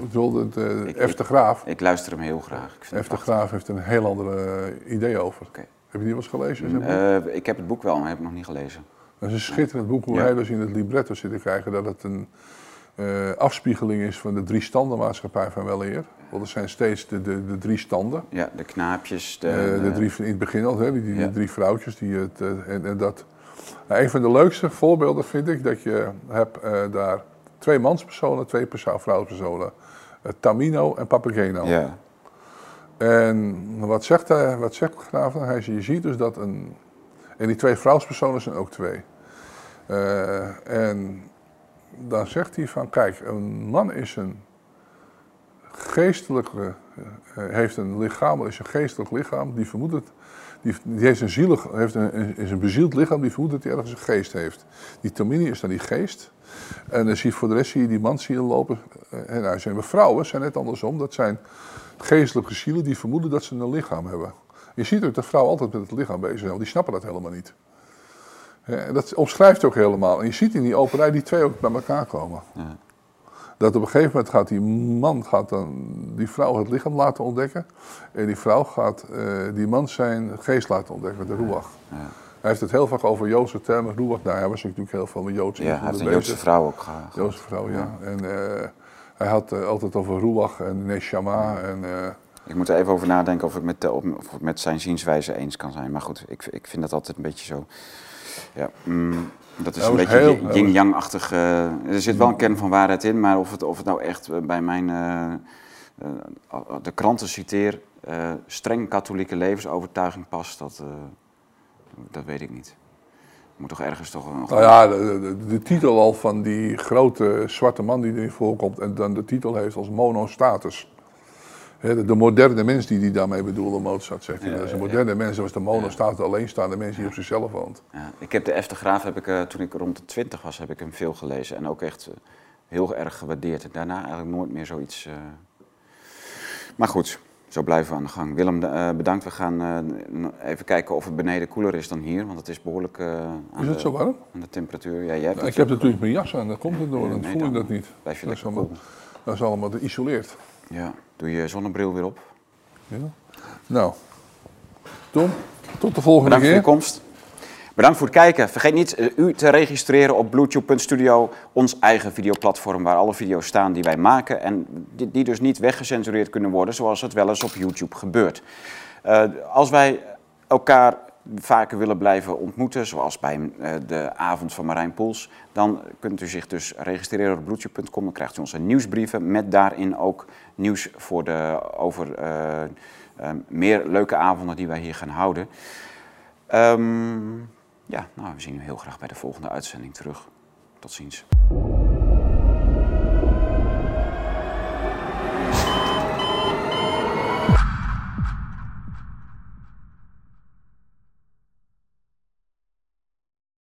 F. de Graaf. Ik luister hem heel graag. F. de Graaf heeft een heel ander idee over. Okay. Heb je die wel eens gelezen? Ik heb het boek wel, maar heb ik nog niet gelezen. Dat is een schitterend boek hoe hij dus in het libretto zit te krijgen dat het een afspiegeling is van de 3 standenmaatschappij van weleer. Want er zijn steeds de 3 standen. Ja, de knaapjes. De 3 in het begin al, die 3 vrouwtjes. Dat. Nou, een van de leukste voorbeelden vind ik dat je hebt daar 2 manspersonen, 2 vrouwspersonen. Tamino en Papageno. Ja. En wat zegt Graaf dan? Je ziet dus dat en die 2 vrouwspersonen zijn ook 2. En dan zegt hij van, kijk, een man is een geestelijke, heeft een geestelijk lichaam, die vermoedt het, die heeft is een bezield lichaam, die vermoedt dat hij ergens een geest heeft. Die Tamini is dan die geest. En dan voor de rest zie je die man lopen. En nou, zijn we vrouwen, zijn net andersom, dat zijn geestelijke zielen die vermoeden dat ze een lichaam hebben. Je ziet ook dat vrouwen altijd met het lichaam bezig zijn, want die snappen dat helemaal niet. En dat omschrijft ook helemaal. En je ziet in die opera die 2 ook bij elkaar komen. Ja. Dat op een gegeven moment gaat die man die vrouw het lichaam laten ontdekken. En die vrouw gaat die man zijn geest laten ontdekken, de ruach. Ja. Hij heeft het heel vaak over Joodse termen, ruach. Nou, hij was natuurlijk heel veel met Joodse invloeden bezig. Hij heeft een Joodse vrouw ook gehad. Joodse vrouw, ja. En hij had altijd over ruach en neshama en... Ik moet er even over nadenken of ik met zijn zienswijze eens kan zijn. Maar goed, ik vind dat altijd een beetje zo... Ja, dat is een beetje yin-yang-achtig. Er zit wel een kern van waarheid in, maar of het nou echt bij mijn... de kranten citeer, streng katholieke levensovertuiging past, dat weet ik niet. Moet toch ergens toch... Nou ja, de titel al van die grote zwarte man die erin voorkomt en dan de titel heeft als monostatus. De moderne mens die daarmee bedoelde, Mozart zegt. Ja, de moderne mens, dat was de monostatus, de alleenstaande mens die op zichzelf woont. Ja, ik heb de F. de Graaf, toen ik rond de 20 was, heb ik hem veel gelezen. En ook echt heel erg gewaardeerd. En daarna eigenlijk nooit meer zoiets... Maar goed, zo blijven we aan de gang. Willem, bedankt. We gaan even kijken of het beneden koeler is dan hier. Want het is behoorlijk is het zo warm? Aan de temperatuur. Ja, jij hebt ik heb natuurlijk mijn jas aan, dan komt het door. Dan voel ik dat niet. Blijf je lekker koel. Dat is allemaal geïsoleerd. Ja, doe je zonnebril weer op. Ja. Nou, Tom, tot de volgende keer. Bedankt voor je komst. Bedankt voor het kijken. Vergeet niet u te registreren op bluetooth.studio, ons eigen videoplatform waar alle video's staan die wij maken en die dus niet weggecensureerd kunnen worden zoals het wel eens op YouTube gebeurt. Als wij elkaar vaker willen blijven ontmoeten, zoals bij de avond van Marijn Poels, dan kunt u zich dus registreren op bluetooth.com. Dan krijgt u onze nieuwsbrieven met daarin ook nieuws over meer leuke avonden die wij hier gaan houden. Ja, nou, we zien u heel graag bij de volgende uitzending terug. Tot ziens.